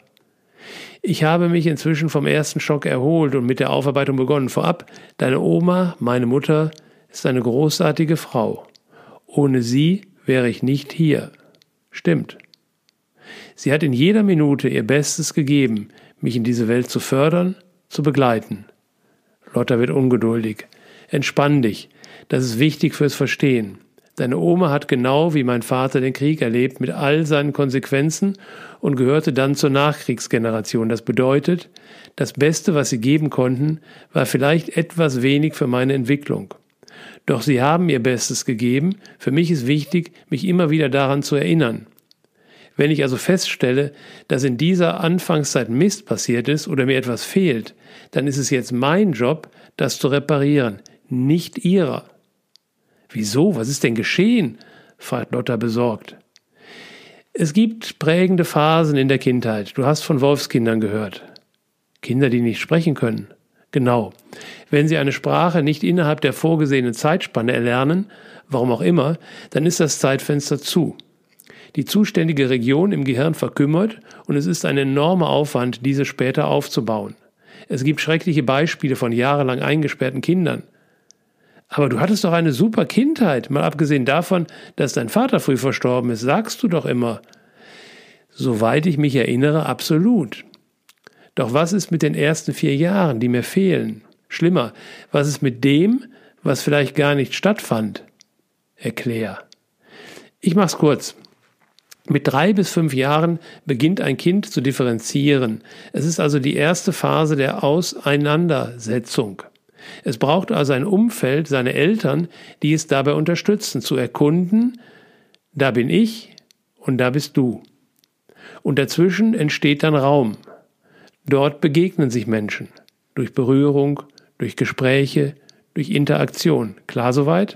Ich habe mich inzwischen vom ersten Schock erholt und mit der Aufarbeitung begonnen. Vorab, deine Oma, meine Mutter, ist eine großartige Frau. Ohne sie wäre ich nicht hier. Stimmt. Sie hat in jeder Minute ihr Bestes gegeben, mich in diese Welt zu fördern, zu begleiten. Lotta wird ungeduldig. Entspann dich. Das ist wichtig fürs Verstehen. Deine Oma hat genau wie mein Vater den Krieg erlebt mit all seinen Konsequenzen und gehörte dann zur Nachkriegsgeneration. Das bedeutet, das Beste, was sie geben konnten, war vielleicht etwas wenig für meine Entwicklung. Doch sie haben ihr Bestes gegeben. Für mich ist wichtig, mich immer wieder daran zu erinnern. Wenn ich also feststelle, dass in dieser Anfangszeit Mist passiert ist oder mir etwas fehlt, dann ist es jetzt mein Job, das zu reparieren, nicht ihrer. »Wieso? Was ist denn geschehen?« fragt Lotta besorgt. Es gibt prägende Phasen in der Kindheit. Du hast von Wolfskindern gehört. Kinder, die nicht sprechen können. Genau. Wenn sie eine Sprache nicht innerhalb der vorgesehenen Zeitspanne erlernen, warum auch immer, dann ist das Zeitfenster zu. Die zuständige Region im Gehirn verkümmert und es ist ein enormer Aufwand, diese später aufzubauen. Es gibt schreckliche Beispiele von jahrelang eingesperrten Kindern. Aber du hattest doch eine super Kindheit, mal abgesehen davon, dass dein Vater früh verstorben ist, sagst du doch immer. Soweit ich mich erinnere, absolut. Doch was ist mit den ersten vier Jahren, die mir fehlen? Schlimmer, was ist mit dem, was vielleicht gar nicht stattfand? Erklär. Ich mach's kurz. Mit drei bis fünf Jahren beginnt ein Kind zu differenzieren. Es ist also die erste Phase der Auseinandersetzung. Es braucht also ein Umfeld, seine Eltern, die es dabei unterstützen, zu erkunden, da bin ich und da bist du. Und dazwischen entsteht dann Raum. Dort begegnen sich Menschen. Durch Berührung, durch Gespräche, durch Interaktion. Klar soweit?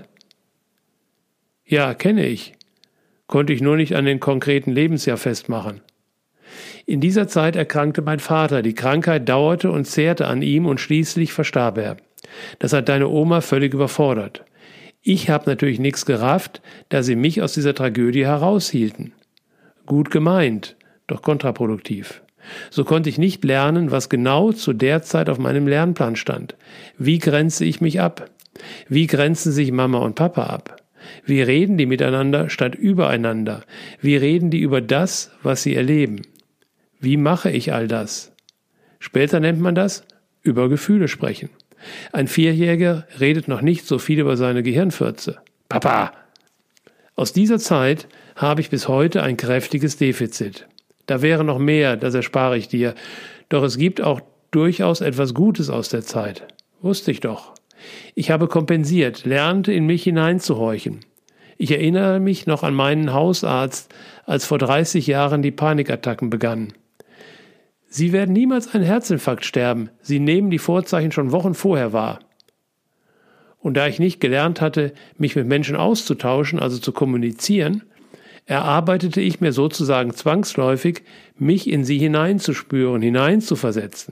Ja, kenne ich. Konnte ich nur nicht an den konkreten Lebensjahr festmachen. In dieser Zeit erkrankte mein Vater. Die Krankheit dauerte und zehrte an ihm und schließlich verstarb er. Das hat deine Oma völlig überfordert. Ich habe natürlich nichts gerafft, da sie mich aus dieser Tragödie heraushielten. Gut gemeint, doch kontraproduktiv. So konnte ich nicht lernen, was genau zu der Zeit auf meinem Lernplan stand. Wie grenze ich mich ab? Wie grenzen sich Mama und Papa ab? Wie reden die miteinander statt übereinander? Wie reden die über das, was sie erleben? Wie mache ich all das? Später nennt man das über Gefühle sprechen. Ein Vierjähriger redet noch nicht so viel über seine Gehirnfürze. Papa! Aus dieser Zeit habe ich bis heute ein kräftiges Defizit. Da wäre noch mehr, das erspare ich dir. Doch es gibt auch durchaus etwas Gutes aus der Zeit. Wusste ich doch. Ich habe kompensiert, lernte in mich hineinzuhorchen. Ich erinnere mich noch an meinen Hausarzt, als vor dreißig Jahren die Panikattacken begannen. Sie werden niemals einen Herzinfarkt sterben. Sie nehmen die Vorzeichen schon Wochen vorher wahr. Und da ich nicht gelernt hatte, mich mit Menschen auszutauschen, also zu kommunizieren, erarbeitete ich mir sozusagen zwangsläufig, mich in sie hineinzuspüren, hineinzuversetzen.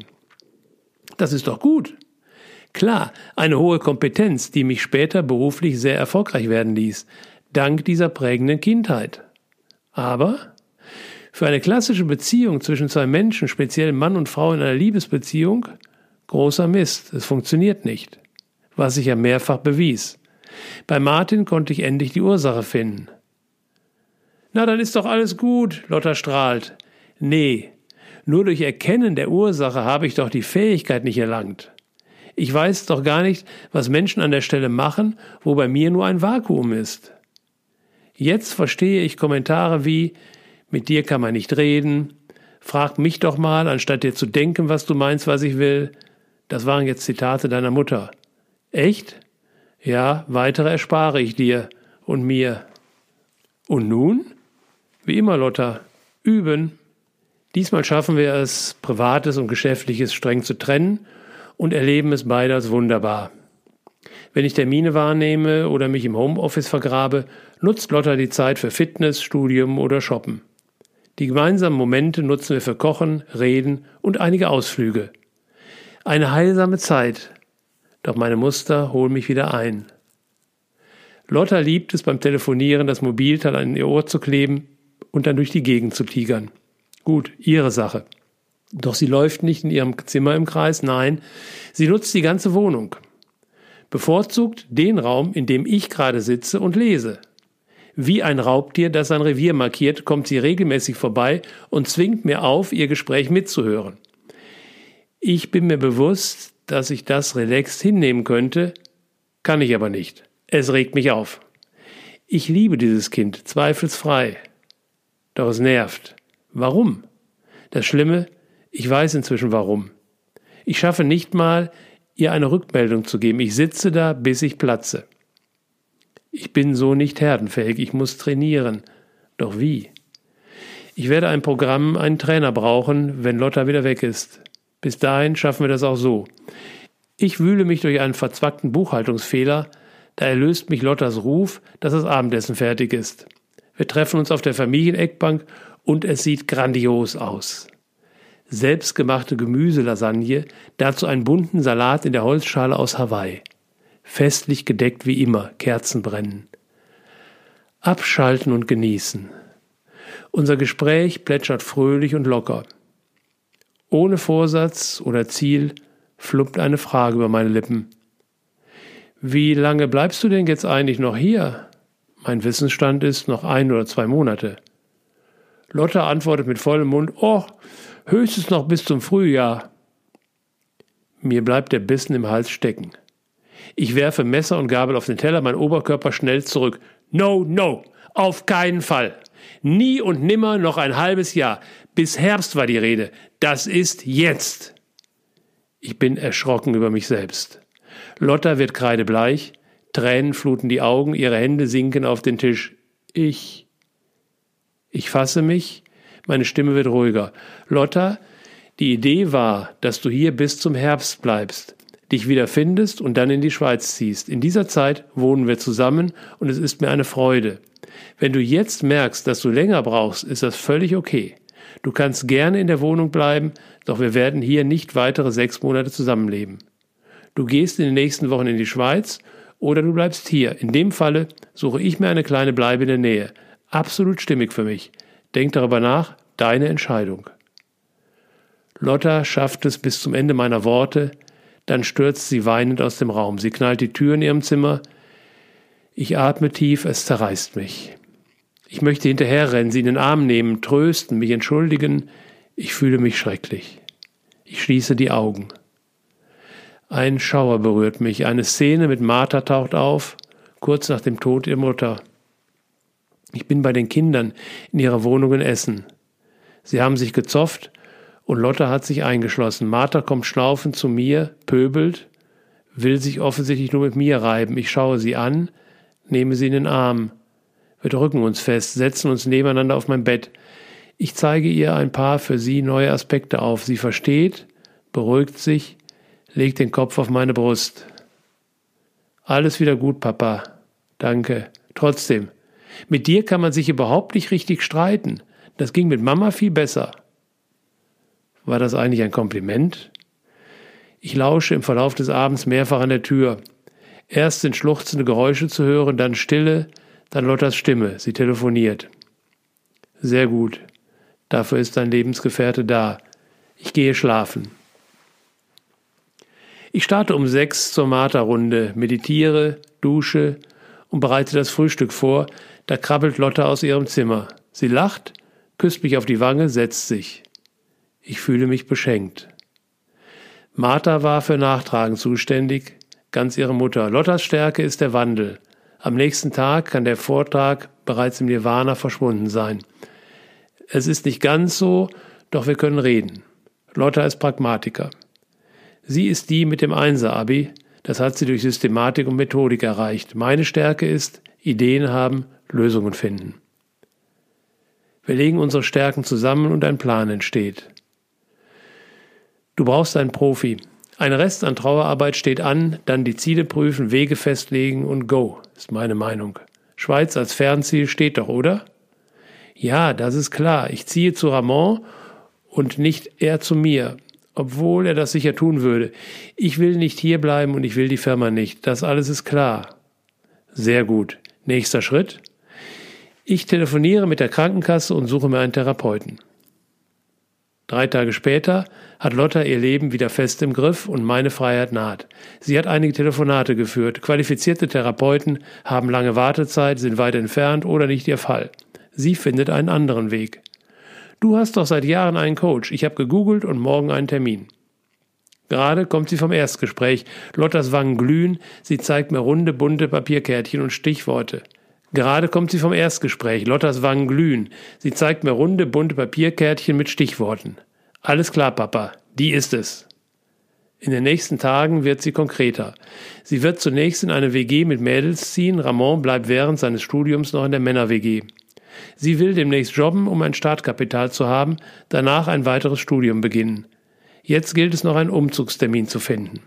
Das ist doch gut. Klar, eine hohe Kompetenz, die mich später beruflich sehr erfolgreich werden ließ, dank dieser prägenden Kindheit. Aber für eine klassische Beziehung zwischen zwei Menschen, speziell Mann und Frau in einer Liebesbeziehung, großer Mist, es funktioniert nicht, was sich ja mehrfach bewies. Bei Martin konnte ich endlich die Ursache finden. »Na, dann ist doch alles gut«, Lotta strahlt. »Nee, nur durch Erkennen der Ursache habe ich doch die Fähigkeit nicht erlangt. Ich weiß doch gar nicht, was Menschen an der Stelle machen, wo bei mir nur ein Vakuum ist. Jetzt verstehe ich Kommentare wie, mit dir kann man nicht reden, frag mich doch mal, anstatt dir zu denken, was du meinst, was ich will.« Das waren jetzt Zitate deiner Mutter. Echt? Ja, weitere erspare ich dir und mir. Und nun? Wie immer, Lotta, üben. Diesmal schaffen wir es, Privates und Geschäftliches streng zu trennen und erleben es beide als wunderbar. Wenn ich Termine wahrnehme oder mich im Homeoffice vergrabe, nutzt Lotta die Zeit für Fitness, Studium oder Shoppen. Die gemeinsamen Momente nutzen wir für Kochen, Reden und einige Ausflüge. Eine heilsame Zeit, doch meine Muster holen mich wieder ein. Lotta liebt es beim Telefonieren, das Mobilteil an ihr Ohr zu kleben und dann durch die Gegend zu tigern. Gut, ihre Sache. Doch sie läuft nicht in ihrem Zimmer im Kreis, nein, sie nutzt die ganze Wohnung. Bevorzugt den Raum, in dem ich gerade sitze und lese. Wie ein Raubtier, das sein Revier markiert, kommt sie regelmäßig vorbei und zwingt mir auf, ihr Gespräch mitzuhören. Ich bin mir bewusst, dass ich das relaxed hinnehmen könnte, kann ich aber nicht. Es regt mich auf. Ich liebe dieses Kind, zweifelsfrei. Doch es nervt. Warum? Das Schlimme, ich weiß inzwischen warum. Ich schaffe nicht mal, ihr eine Rückmeldung zu geben. Ich sitze da, bis ich platze. Ich bin so nicht herdenfähig, ich muss trainieren. Doch wie? Ich werde ein Programm, einen Trainer brauchen, wenn Lotta wieder weg ist. Bis dahin schaffen wir das auch so. Ich wühle mich durch einen verzwackten Buchhaltungsfehler, da erlöst mich Lottas Ruf, dass das Abendessen fertig ist. Wir treffen uns auf der Familieneckbank und es sieht grandios aus. Selbstgemachte Gemüselasagne, dazu einen bunten Salat in der Holzschale aus Hawaii. Festlich gedeckt wie immer, Kerzen brennen. Abschalten und genießen. Unser Gespräch plätschert fröhlich und locker. Ohne Vorsatz oder Ziel fluppt eine Frage über meine Lippen. Wie lange bleibst du denn jetzt eigentlich noch hier? Mein Wissensstand ist noch ein oder zwei Monate. Lotta antwortet mit vollem Mund, oh, höchstens noch bis zum Frühjahr. Mir bleibt der Bissen im Hals stecken. Ich werfe Messer und Gabel auf den Teller, mein Oberkörper schnell zurück. No, no, auf keinen Fall. Nie und nimmer noch ein halbes Jahr. Bis Herbst war die Rede. Das ist jetzt. Ich bin erschrocken über mich selbst. Lotta wird kreidebleich, Tränen fluten die Augen, ihre Hände sinken auf den Tisch. Ich... Ich fasse mich, meine Stimme wird ruhiger. Lotta, die Idee war, dass du hier bis zum Herbst bleibst, dich wieder findest und dann in die Schweiz ziehst. In dieser Zeit wohnen wir zusammen und es ist mir eine Freude. Wenn du jetzt merkst, dass du länger brauchst, ist das völlig okay. Du kannst gerne in der Wohnung bleiben, doch wir werden hier nicht weitere sechs Monate zusammenleben. Du gehst in den nächsten Wochen in die Schweiz oder du bleibst hier. In dem Falle suche ich mir eine kleine Bleibe in der Nähe. Absolut stimmig für mich. Denk darüber nach, deine Entscheidung. Lotta schafft es bis zum Ende meiner Worte, dann stürzt sie weinend aus dem Raum. Sie knallt die Tür in ihrem Zimmer. Ich atme tief, es zerreißt mich. Ich möchte hinterherrennen, sie in den Arm nehmen, trösten, mich entschuldigen. Ich fühle mich schrecklich. Ich schließe die Augen. Ein Schauer berührt mich. Eine Szene mit Martha taucht auf, kurz nach dem Tod ihrer Mutter. Ich bin bei den Kindern in ihrer Wohnung in Essen. Sie haben sich gezofft und Lotta hat sich eingeschlossen. Martha kommt schnaufend zu mir, pöbelt, will sich offensichtlich nur mit mir reiben. Ich schaue sie an, nehme sie in den Arm. Wir drücken uns fest, setzen uns nebeneinander auf mein Bett. Ich zeige ihr ein paar für sie neue Aspekte auf. Sie versteht, beruhigt sich, legt den Kopf auf meine Brust. Alles wieder gut, Papa. Danke. Trotzdem, mit dir kann man sich überhaupt nicht richtig streiten. Das ging mit Mama viel besser. War das eigentlich ein Kompliment? Ich lausche im Verlauf des Abends mehrfach an der Tür. Erst sind schluchzende Geräusche zu hören, dann Stille, dann Lottas Stimme. Sie telefoniert. Sehr gut. Dafür ist dein Lebensgefährte da. Ich gehe schlafen. Ich starte um sechs zur Martha-Runde, meditiere, dusche und bereite das Frühstück vor. Da krabbelt Lotta aus ihrem Zimmer. Sie lacht, küsst mich auf die Wange, setzt sich. Ich fühle mich beschenkt. Martha war für Nachtragen zuständig, ganz ihre Mutter. Lottas Stärke ist der Wandel. Am nächsten Tag kann der Vortrag bereits im Nirvana verschwunden sein. Es ist nicht ganz so, doch wir können reden. Lotta ist Pragmatiker. Sie ist die mit dem Einser-Abi, das hat sie durch Systematik und Methodik erreicht. Meine Stärke ist Ideen haben, Lösungen finden. Wir legen unsere Stärken zusammen und ein Plan entsteht. Du brauchst einen Profi. Ein Rest an Trauerarbeit steht an, dann die Ziele prüfen, Wege festlegen und go, ist meine Meinung. Schweiz als Fernziel steht doch, oder? Ja, das ist klar. Ich ziehe zu Ramon und nicht er zu mir, obwohl er das sicher tun würde. Ich will nicht hierbleiben und ich will die Firma nicht. Das alles ist klar. Sehr gut. Nächster Schritt. Ich telefoniere mit der Krankenkasse und suche mir einen Therapeuten. Drei Tage später hat Lotta ihr Leben wieder fest im Griff und meine Freiheit naht. Sie hat einige Telefonate geführt. Qualifizierte Therapeuten haben lange Wartezeit, sind weit entfernt oder nicht ihr Fall. Sie findet einen anderen Weg. Du hast doch seit Jahren einen Coach. Ich habe gegoogelt und morgen einen Termin. Gerade kommt sie vom Erstgespräch. Lottas Wangen glühen. Sie zeigt mir runde, bunte Papierkärtchen und Stichworte. Gerade kommt sie vom Erstgespräch. Lottas Wangen glühen. Sie zeigt mir runde, bunte Papierkärtchen mit Stichworten. Alles klar, Papa. Die ist es. In den nächsten Tagen wird sie konkreter. Sie wird zunächst in eine W G mit Mädels ziehen. Ramon bleibt während seines Studiums noch in der Männer-W G. Sie will demnächst jobben, um ein Startkapital zu haben, danach ein weiteres Studium beginnen. Jetzt gilt es noch, einen Umzugstermin zu finden.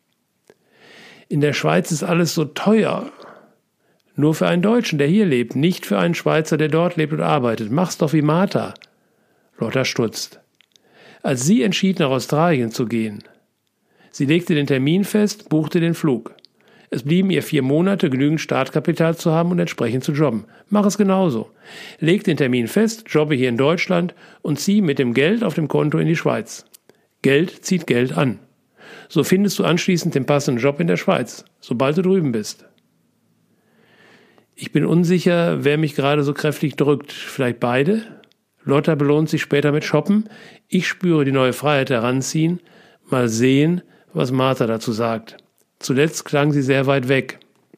In der Schweiz ist alles so teuer. Nur für einen Deutschen, der hier lebt, nicht für einen Schweizer, der dort lebt und arbeitet. Mach's doch wie Martha. Lotta stutzt. Als sie entschied, nach Australien zu gehen. Sie legte den Termin fest, buchte den Flug. Es blieben ihr vier Monate, genügend Startkapital zu haben und entsprechend zu jobben. Mach es genauso. Leg den Termin fest, jobbe hier in Deutschland und zieh mit dem Geld auf dem Konto in die Schweiz. Geld zieht Geld an. So findest du anschließend den passenden Job in der Schweiz, sobald du drüben bist. Ich bin unsicher, wer mich gerade so kräftig drückt. Vielleicht beide? Lotta belohnt sich später mit Shoppen. Ich spüre die neue Freiheit heranziehen. Mal sehen, was Martha dazu sagt. Zuletzt klang sie sehr weit weg.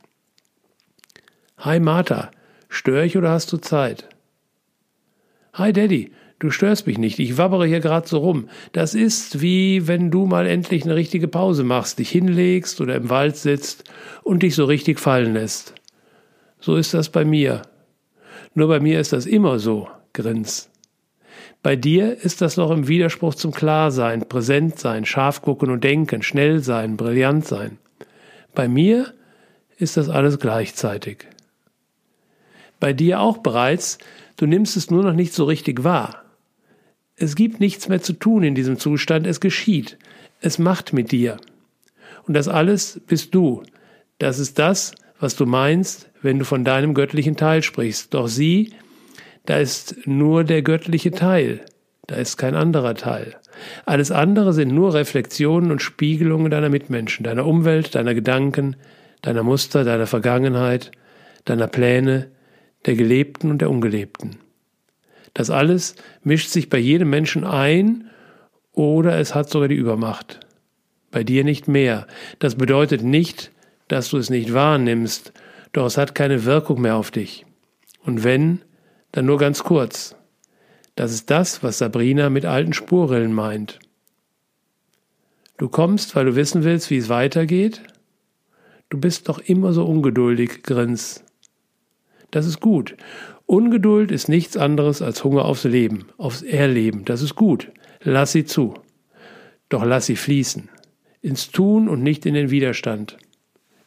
Hi Martha, störe ich oder hast du Zeit? Hi Daddy, du störst mich nicht, ich wabbere hier gerade so rum. Das ist wie wenn du mal endlich eine richtige Pause machst, dich hinlegst oder im Wald sitzt und dich so richtig fallen lässt. So ist das bei mir. Nur bei mir ist das immer so, grins. Bei dir ist das noch im Widerspruch zum Klarsein, präsent sein, scharf gucken und denken, schnell sein, brillant sein. Bei mir ist das alles gleichzeitig. Bei dir auch bereits, du nimmst es nur noch nicht so richtig wahr. Es gibt nichts mehr zu tun in diesem Zustand, es geschieht, es macht mit dir. Und das alles bist du. Das ist das, was du meinst, wenn du von deinem göttlichen Teil sprichst. Doch sieh, da ist nur der göttliche Teil, da ist kein anderer Teil. Alles andere sind nur Reflexionen und Spiegelungen deiner Mitmenschen, deiner Umwelt, deiner Gedanken, deiner Muster, deiner Vergangenheit, deiner Pläne, der Gelebten und der Ungelebten. Das alles mischt sich bei jedem Menschen ein oder es hat sogar die Übermacht. Bei dir nicht mehr. Das bedeutet nicht, dass du es nicht wahrnimmst, doch es hat keine Wirkung mehr auf dich. Und wenn, dann nur ganz kurz. Das ist das, was Sabrina mit alten Spurrillen meint. Du kommst, weil du wissen willst, wie es weitergeht? Du bist doch immer so ungeduldig, grins. Das ist gut. Ungeduld ist nichts anderes als Hunger aufs Leben, aufs Erleben. Das ist gut. Lass sie zu. Doch lass sie fließen. Ins Tun und nicht in den Widerstand.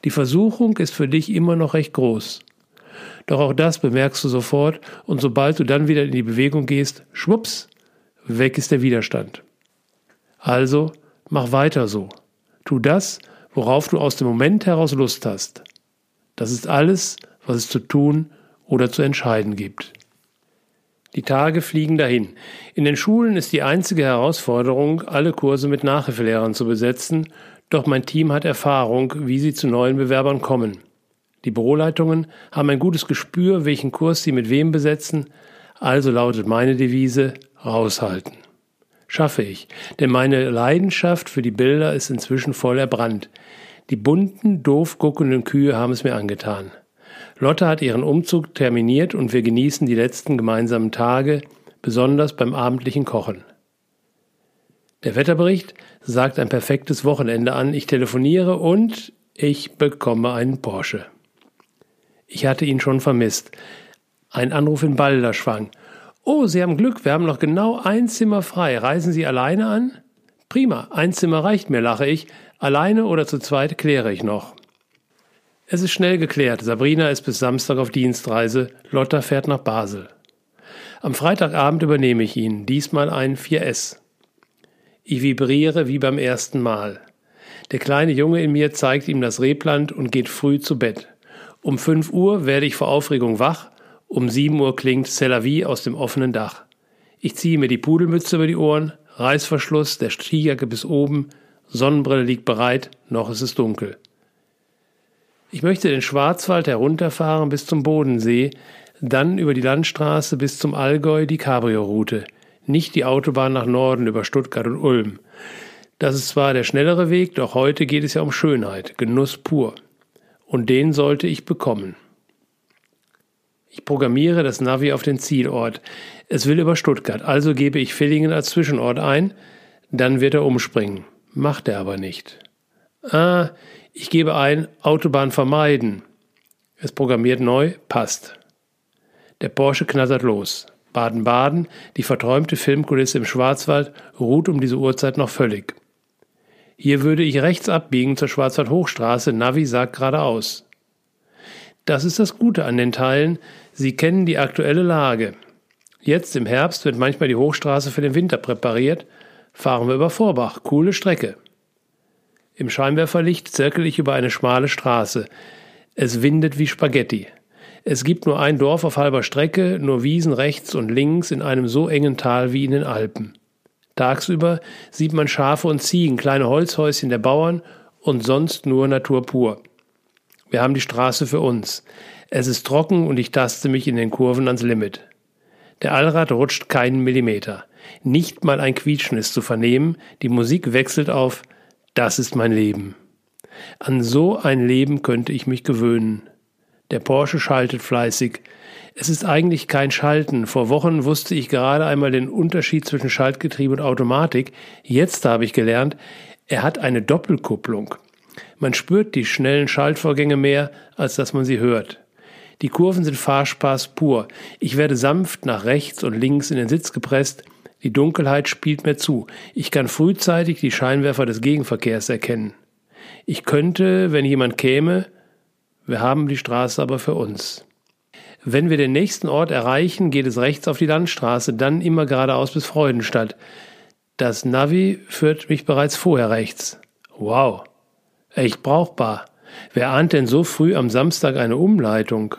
Die Versuchung ist für dich immer noch recht groß. Doch auch das bemerkst du sofort und sobald du dann wieder in die Bewegung gehst, schwupps, weg ist der Widerstand. Also mach weiter so. Tu das, worauf du aus dem Moment heraus Lust hast. Das ist alles, was es zu tun oder zu entscheiden gibt. Die Tage fliegen dahin. In den Schulen ist die einzige Herausforderung, alle Kurse mit Nachhilfelehrern zu besetzen, doch mein Team hat Erfahrung, wie sie zu neuen Bewerbern kommen. Die Büroleitungen haben ein gutes Gespür, welchen Kurs sie mit wem besetzen, also lautet meine Devise, raushalten. Schaffe ich, denn meine Leidenschaft für die Bilder ist inzwischen voll erbrannt. Die bunten, doof guckenden Kühe haben es mir angetan. Lotte hat ihren Umzug terminiert und wir genießen die letzten gemeinsamen Tage, besonders beim abendlichen Kochen. Der Wetterbericht sagt ein perfektes Wochenende an, ich telefoniere und ich bekomme einen Porsche. Ich hatte ihn schon vermisst. Ein Anruf in Balderschwang. Oh, Sie haben Glück, wir haben noch genau ein Zimmer frei. Reisen Sie alleine an? Prima, ein Zimmer reicht mir, lache ich. Alleine oder zu zweit kläre ich noch. Es ist schnell geklärt. Sabrina ist bis Samstag auf Dienstreise. Lotta fährt nach Basel. Am Freitagabend übernehme ich ihn, diesmal ein vier S. Ich vibriere wie beim ersten Mal. Der kleine Junge in mir zeigt ihm das Rebland und geht früh zu Bett. Um fünf Uhr werde ich vor Aufregung wach. Um sieben Uhr klingt C'est la vie aus dem offenen Dach. Ich ziehe mir die Pudelmütze über die Ohren, Reißverschluss, der Skijacke bis oben, Sonnenbrille liegt bereit, noch ist es dunkel. Ich möchte den Schwarzwald herunterfahren bis zum Bodensee, dann über die Landstraße bis zum Allgäu die Cabrio-Route, nicht die Autobahn nach Norden über Stuttgart und Ulm. Das ist zwar der schnellere Weg, doch heute geht es ja um Schönheit, Genuss pur. Und den sollte ich bekommen. Ich programmiere das Navi auf den Zielort. Es will über Stuttgart, also gebe ich Villingen als Zwischenort ein, dann wird er umspringen. Macht er aber nicht. Ah, ich gebe ein, Autobahn vermeiden. Es programmiert neu, passt. Der Porsche knattert los. Baden-Baden, die verträumte Filmkulisse im Schwarzwald, ruht um diese Uhrzeit noch völlig. Hier würde ich rechts abbiegen zur Schwarzwald-Hochstraße, Navi sagt geradeaus. Das ist das Gute an den Teilen, sie kennen die aktuelle Lage. Jetzt im Herbst wird manchmal die Hochstraße für den Winter präpariert, fahren wir über Vorbach, coole Strecke. Im Scheinwerferlicht zirkel ich über eine schmale Straße. Es windet wie Spaghetti. Es gibt nur ein Dorf auf halber Strecke, nur Wiesen rechts und links in einem so engen Tal wie in den Alpen. Tagsüber sieht man Schafe und Ziegen, kleine Holzhäuschen der Bauern und sonst nur Natur pur. Wir haben die Straße für uns. Es ist trocken und ich taste mich in den Kurven ans Limit. Der Allrad rutscht keinen Millimeter. Nicht mal ein Quietschen ist zu vernehmen. Die Musik wechselt auf »Das ist mein Leben«. An so ein Leben könnte ich mich gewöhnen. Der Porsche schaltet fleißig. Es ist eigentlich kein Schalten. Vor Wochen wusste ich gerade einmal den Unterschied zwischen Schaltgetriebe und Automatik. Jetzt habe ich gelernt, er hat eine Doppelkupplung. Man spürt die schnellen Schaltvorgänge mehr, als dass man sie hört. Die Kurven sind Fahrspaß pur. Ich werde sanft nach rechts und links in den Sitz gepresst. Die Dunkelheit spielt mir zu. Ich kann frühzeitig die Scheinwerfer des Gegenverkehrs erkennen. Ich könnte, wenn jemand käme, wir haben die Straße aber für uns. Wenn wir den nächsten Ort erreichen, geht es rechts auf die Landstraße, dann immer geradeaus bis Freudenstadt. Das Navi führt mich bereits vorher rechts. Wow, echt brauchbar. Wer ahnt denn so früh am Samstag eine Umleitung?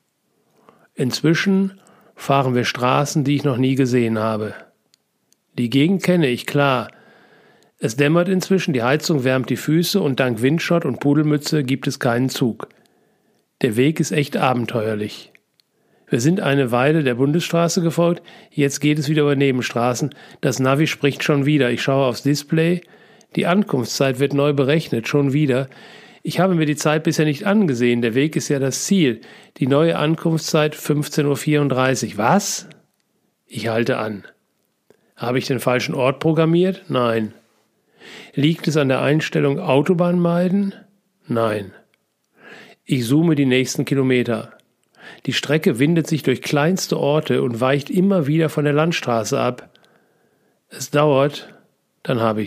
Inzwischen fahren wir Straßen, die ich noch nie gesehen habe. Die Gegend kenne ich, klar. Es dämmert inzwischen, die Heizung wärmt die Füße und dank Windschott und Pudelmütze gibt es keinen Zug. Der Weg ist echt abenteuerlich. Wir sind eine Weile der Bundesstraße gefolgt, jetzt geht es wieder über Nebenstraßen. Das Navi spricht schon wieder. Ich schaue aufs Display. Die Ankunftszeit wird neu berechnet, schon wieder. Ich habe mir die Zeit bisher nicht angesehen. Der Weg ist ja das Ziel. Die neue Ankunftszeit fünfzehn Uhr vierunddreißig. Was? Ich halte an. Habe ich den falschen Ort programmiert? Nein. Liegt es an der Einstellung Autobahn meiden? Nein. Ich zoome die nächsten Kilometer. Die Strecke windet sich durch kleinste Orte und weicht immer wieder von der Landstraße ab. Es dauert, dann habe ich's.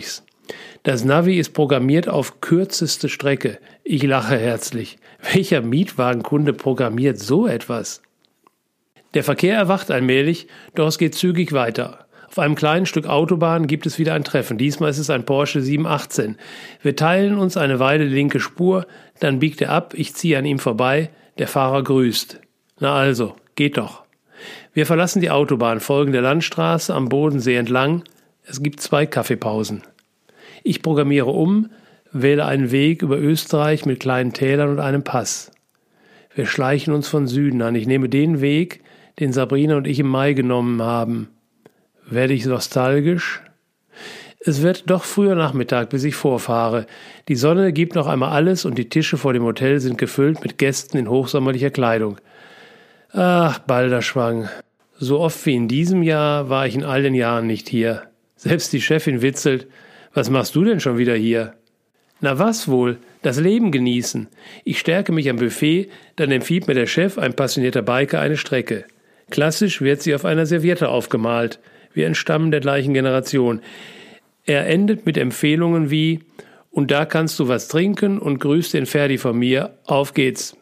Das Navi ist programmiert auf kürzeste Strecke. Ich lache herzlich. Welcher Mietwagenkunde programmiert so etwas? Der Verkehr erwacht allmählich, doch es geht zügig weiter. Auf einem kleinen Stück Autobahn gibt es wieder ein Treffen. Diesmal ist es ein Porsche sieben achtzehn. Wir teilen uns eine Weile die linke Spur, dann biegt er ab, ich ziehe an ihm vorbei, der Fahrer grüßt. Na also, geht doch. Wir verlassen die Autobahn, folgen der Landstraße am Bodensee entlang. Es gibt zwei Kaffeepausen. Ich programmiere um, wähle einen Weg über Österreich mit kleinen Tälern und einem Pass. Wir schleichen uns von Süden an. Ich nehme den Weg, den Sabrina und ich im Mai genommen haben. Werde ich nostalgisch? Es wird doch früher Nachmittag, bis ich vorfahre. Die Sonne gibt noch einmal alles und die Tische vor dem Hotel sind gefüllt mit Gästen in hochsommerlicher Kleidung. Ach, Balderschwang. So oft wie in diesem Jahr war ich in all den Jahren nicht hier. Selbst die Chefin witzelt. Was machst du denn schon wieder hier? Na was wohl? Das Leben genießen. Ich stärke mich am Buffet, dann empfiehlt mir der Chef, ein passionierter Biker, eine Strecke. Klassisch wird sie auf einer Serviette aufgemalt. Wir entstammen der gleichen Generation. Er endet mit Empfehlungen wie: Und da kannst du was trinken und grüß den Ferdi von mir. Auf geht's.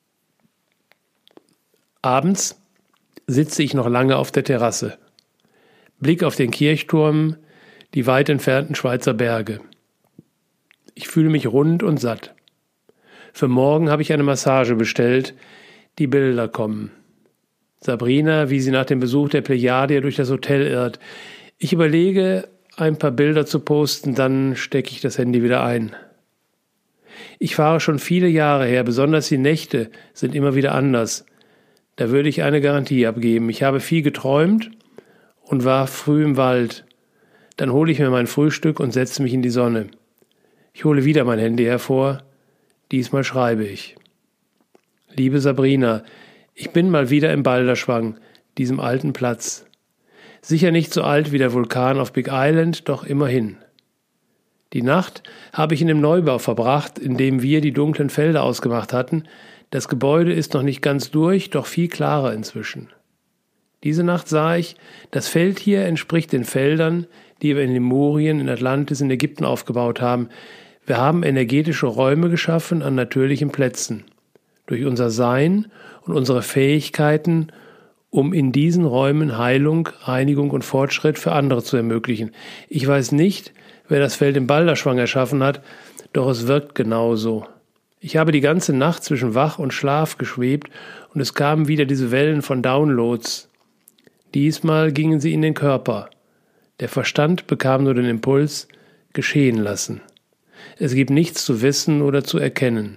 Abends sitze ich noch lange auf der Terrasse. Blick auf den Kirchturm, die weit entfernten Schweizer Berge. Ich fühle mich rund und satt. Für morgen habe ich eine Massage bestellt. Die Bilder kommen. Sabrina, wie sie nach dem Besuch der Plejadier durch das Hotel irrt. Ich überlege, ein paar Bilder zu posten, dann stecke ich das Handy wieder ein. Ich fahre schon viele Jahre her, besonders die Nächte sind immer wieder anders. Da würde ich eine Garantie abgeben. Ich habe viel geträumt und war früh im Wald. Dann hole ich mir mein Frühstück und setze mich in die Sonne. Ich hole wieder mein Handy hervor. Diesmal schreibe ich. Liebe Sabrina, ich bin mal wieder im Balderschwang, diesem alten Platz. Sicher nicht so alt wie der Vulkan auf Big Island, doch immerhin. Die Nacht habe ich in dem Neubau verbracht, in dem wir die dunklen Felder ausgemacht hatten. Das Gebäude ist noch nicht ganz durch, doch viel klarer inzwischen. Diese Nacht sah ich, das Feld hier entspricht den Feldern, die wir in Lemurien, in Atlantis, in Ägypten aufgebaut haben. Wir haben energetische Räume geschaffen an natürlichen Plätzen. Durch unser Sein und unsere Fähigkeiten, um in diesen Räumen Heilung, Reinigung und Fortschritt für andere zu ermöglichen. Ich weiß nicht, wer das Feld im Balderschwang erschaffen hat, doch es wirkt genauso. Ich habe die ganze Nacht zwischen Wach und Schlaf geschwebt und es kamen wieder diese Wellen von Downloads. Diesmal gingen sie in den Körper. Der Verstand bekam nur den Impuls, geschehen lassen. Es gibt nichts zu wissen oder zu erkennen.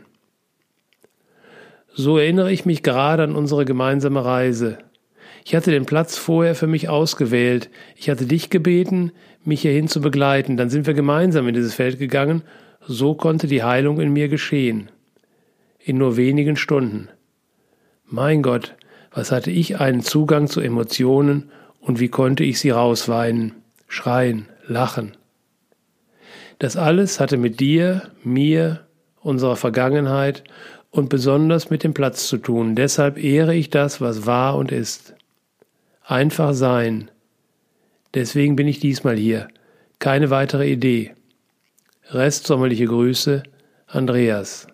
So erinnere ich mich gerade an unsere gemeinsame Reise. Ich hatte den Platz vorher für mich ausgewählt. Ich hatte dich gebeten, mich hierhin zu begleiten. Dann sind wir gemeinsam in dieses Feld gegangen. So konnte die Heilung in mir geschehen. In nur wenigen Stunden. Mein Gott, was hatte ich einen Zugang zu Emotionen und wie konnte ich sie rausweinen, schreien, lachen. Das alles hatte mit dir, mir, unserer Vergangenheit und besonders mit dem Platz zu tun. Deshalb ehre ich das, was war und ist. Einfach sein. Deswegen bin ich diesmal hier. Keine weitere Idee. Restsommerliche Grüße, Andreas.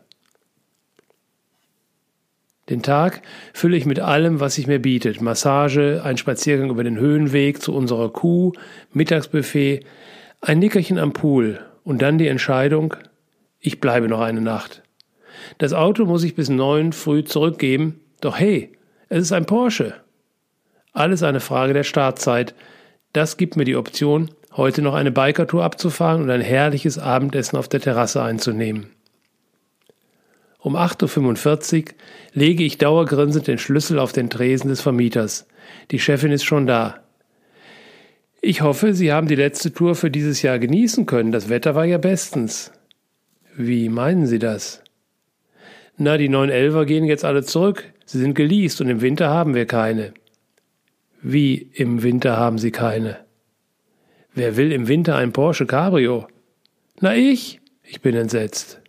Den Tag fülle ich mit allem, was sich mir bietet. Massage, ein Spaziergang über den Höhenweg zu unserer Kuh, Mittagsbuffet, ein Nickerchen am Pool und dann die Entscheidung, ich bleibe noch eine Nacht. Das Auto muss ich bis neun früh zurückgeben, doch hey, es ist ein Porsche. Alles eine Frage der Startzeit. Das gibt mir die Option, heute noch eine Bikertour abzufahren und ein herrliches Abendessen auf der Terrasse einzunehmen. Um acht Uhr fünfundvierzig lege ich dauergrinsend den Schlüssel auf den Tresen des Vermieters. Die Chefin ist schon da. Ich hoffe, Sie haben die letzte Tour für dieses Jahr genießen können. Das Wetter war ja bestens. Wie meinen Sie das? Na, die neun Elfer gehen jetzt alle zurück. Sie sind geleast und im Winter haben wir keine. Wie im Winter haben Sie keine? Wer will im Winter ein Porsche Cabrio? Na ich? Ich bin entsetzt.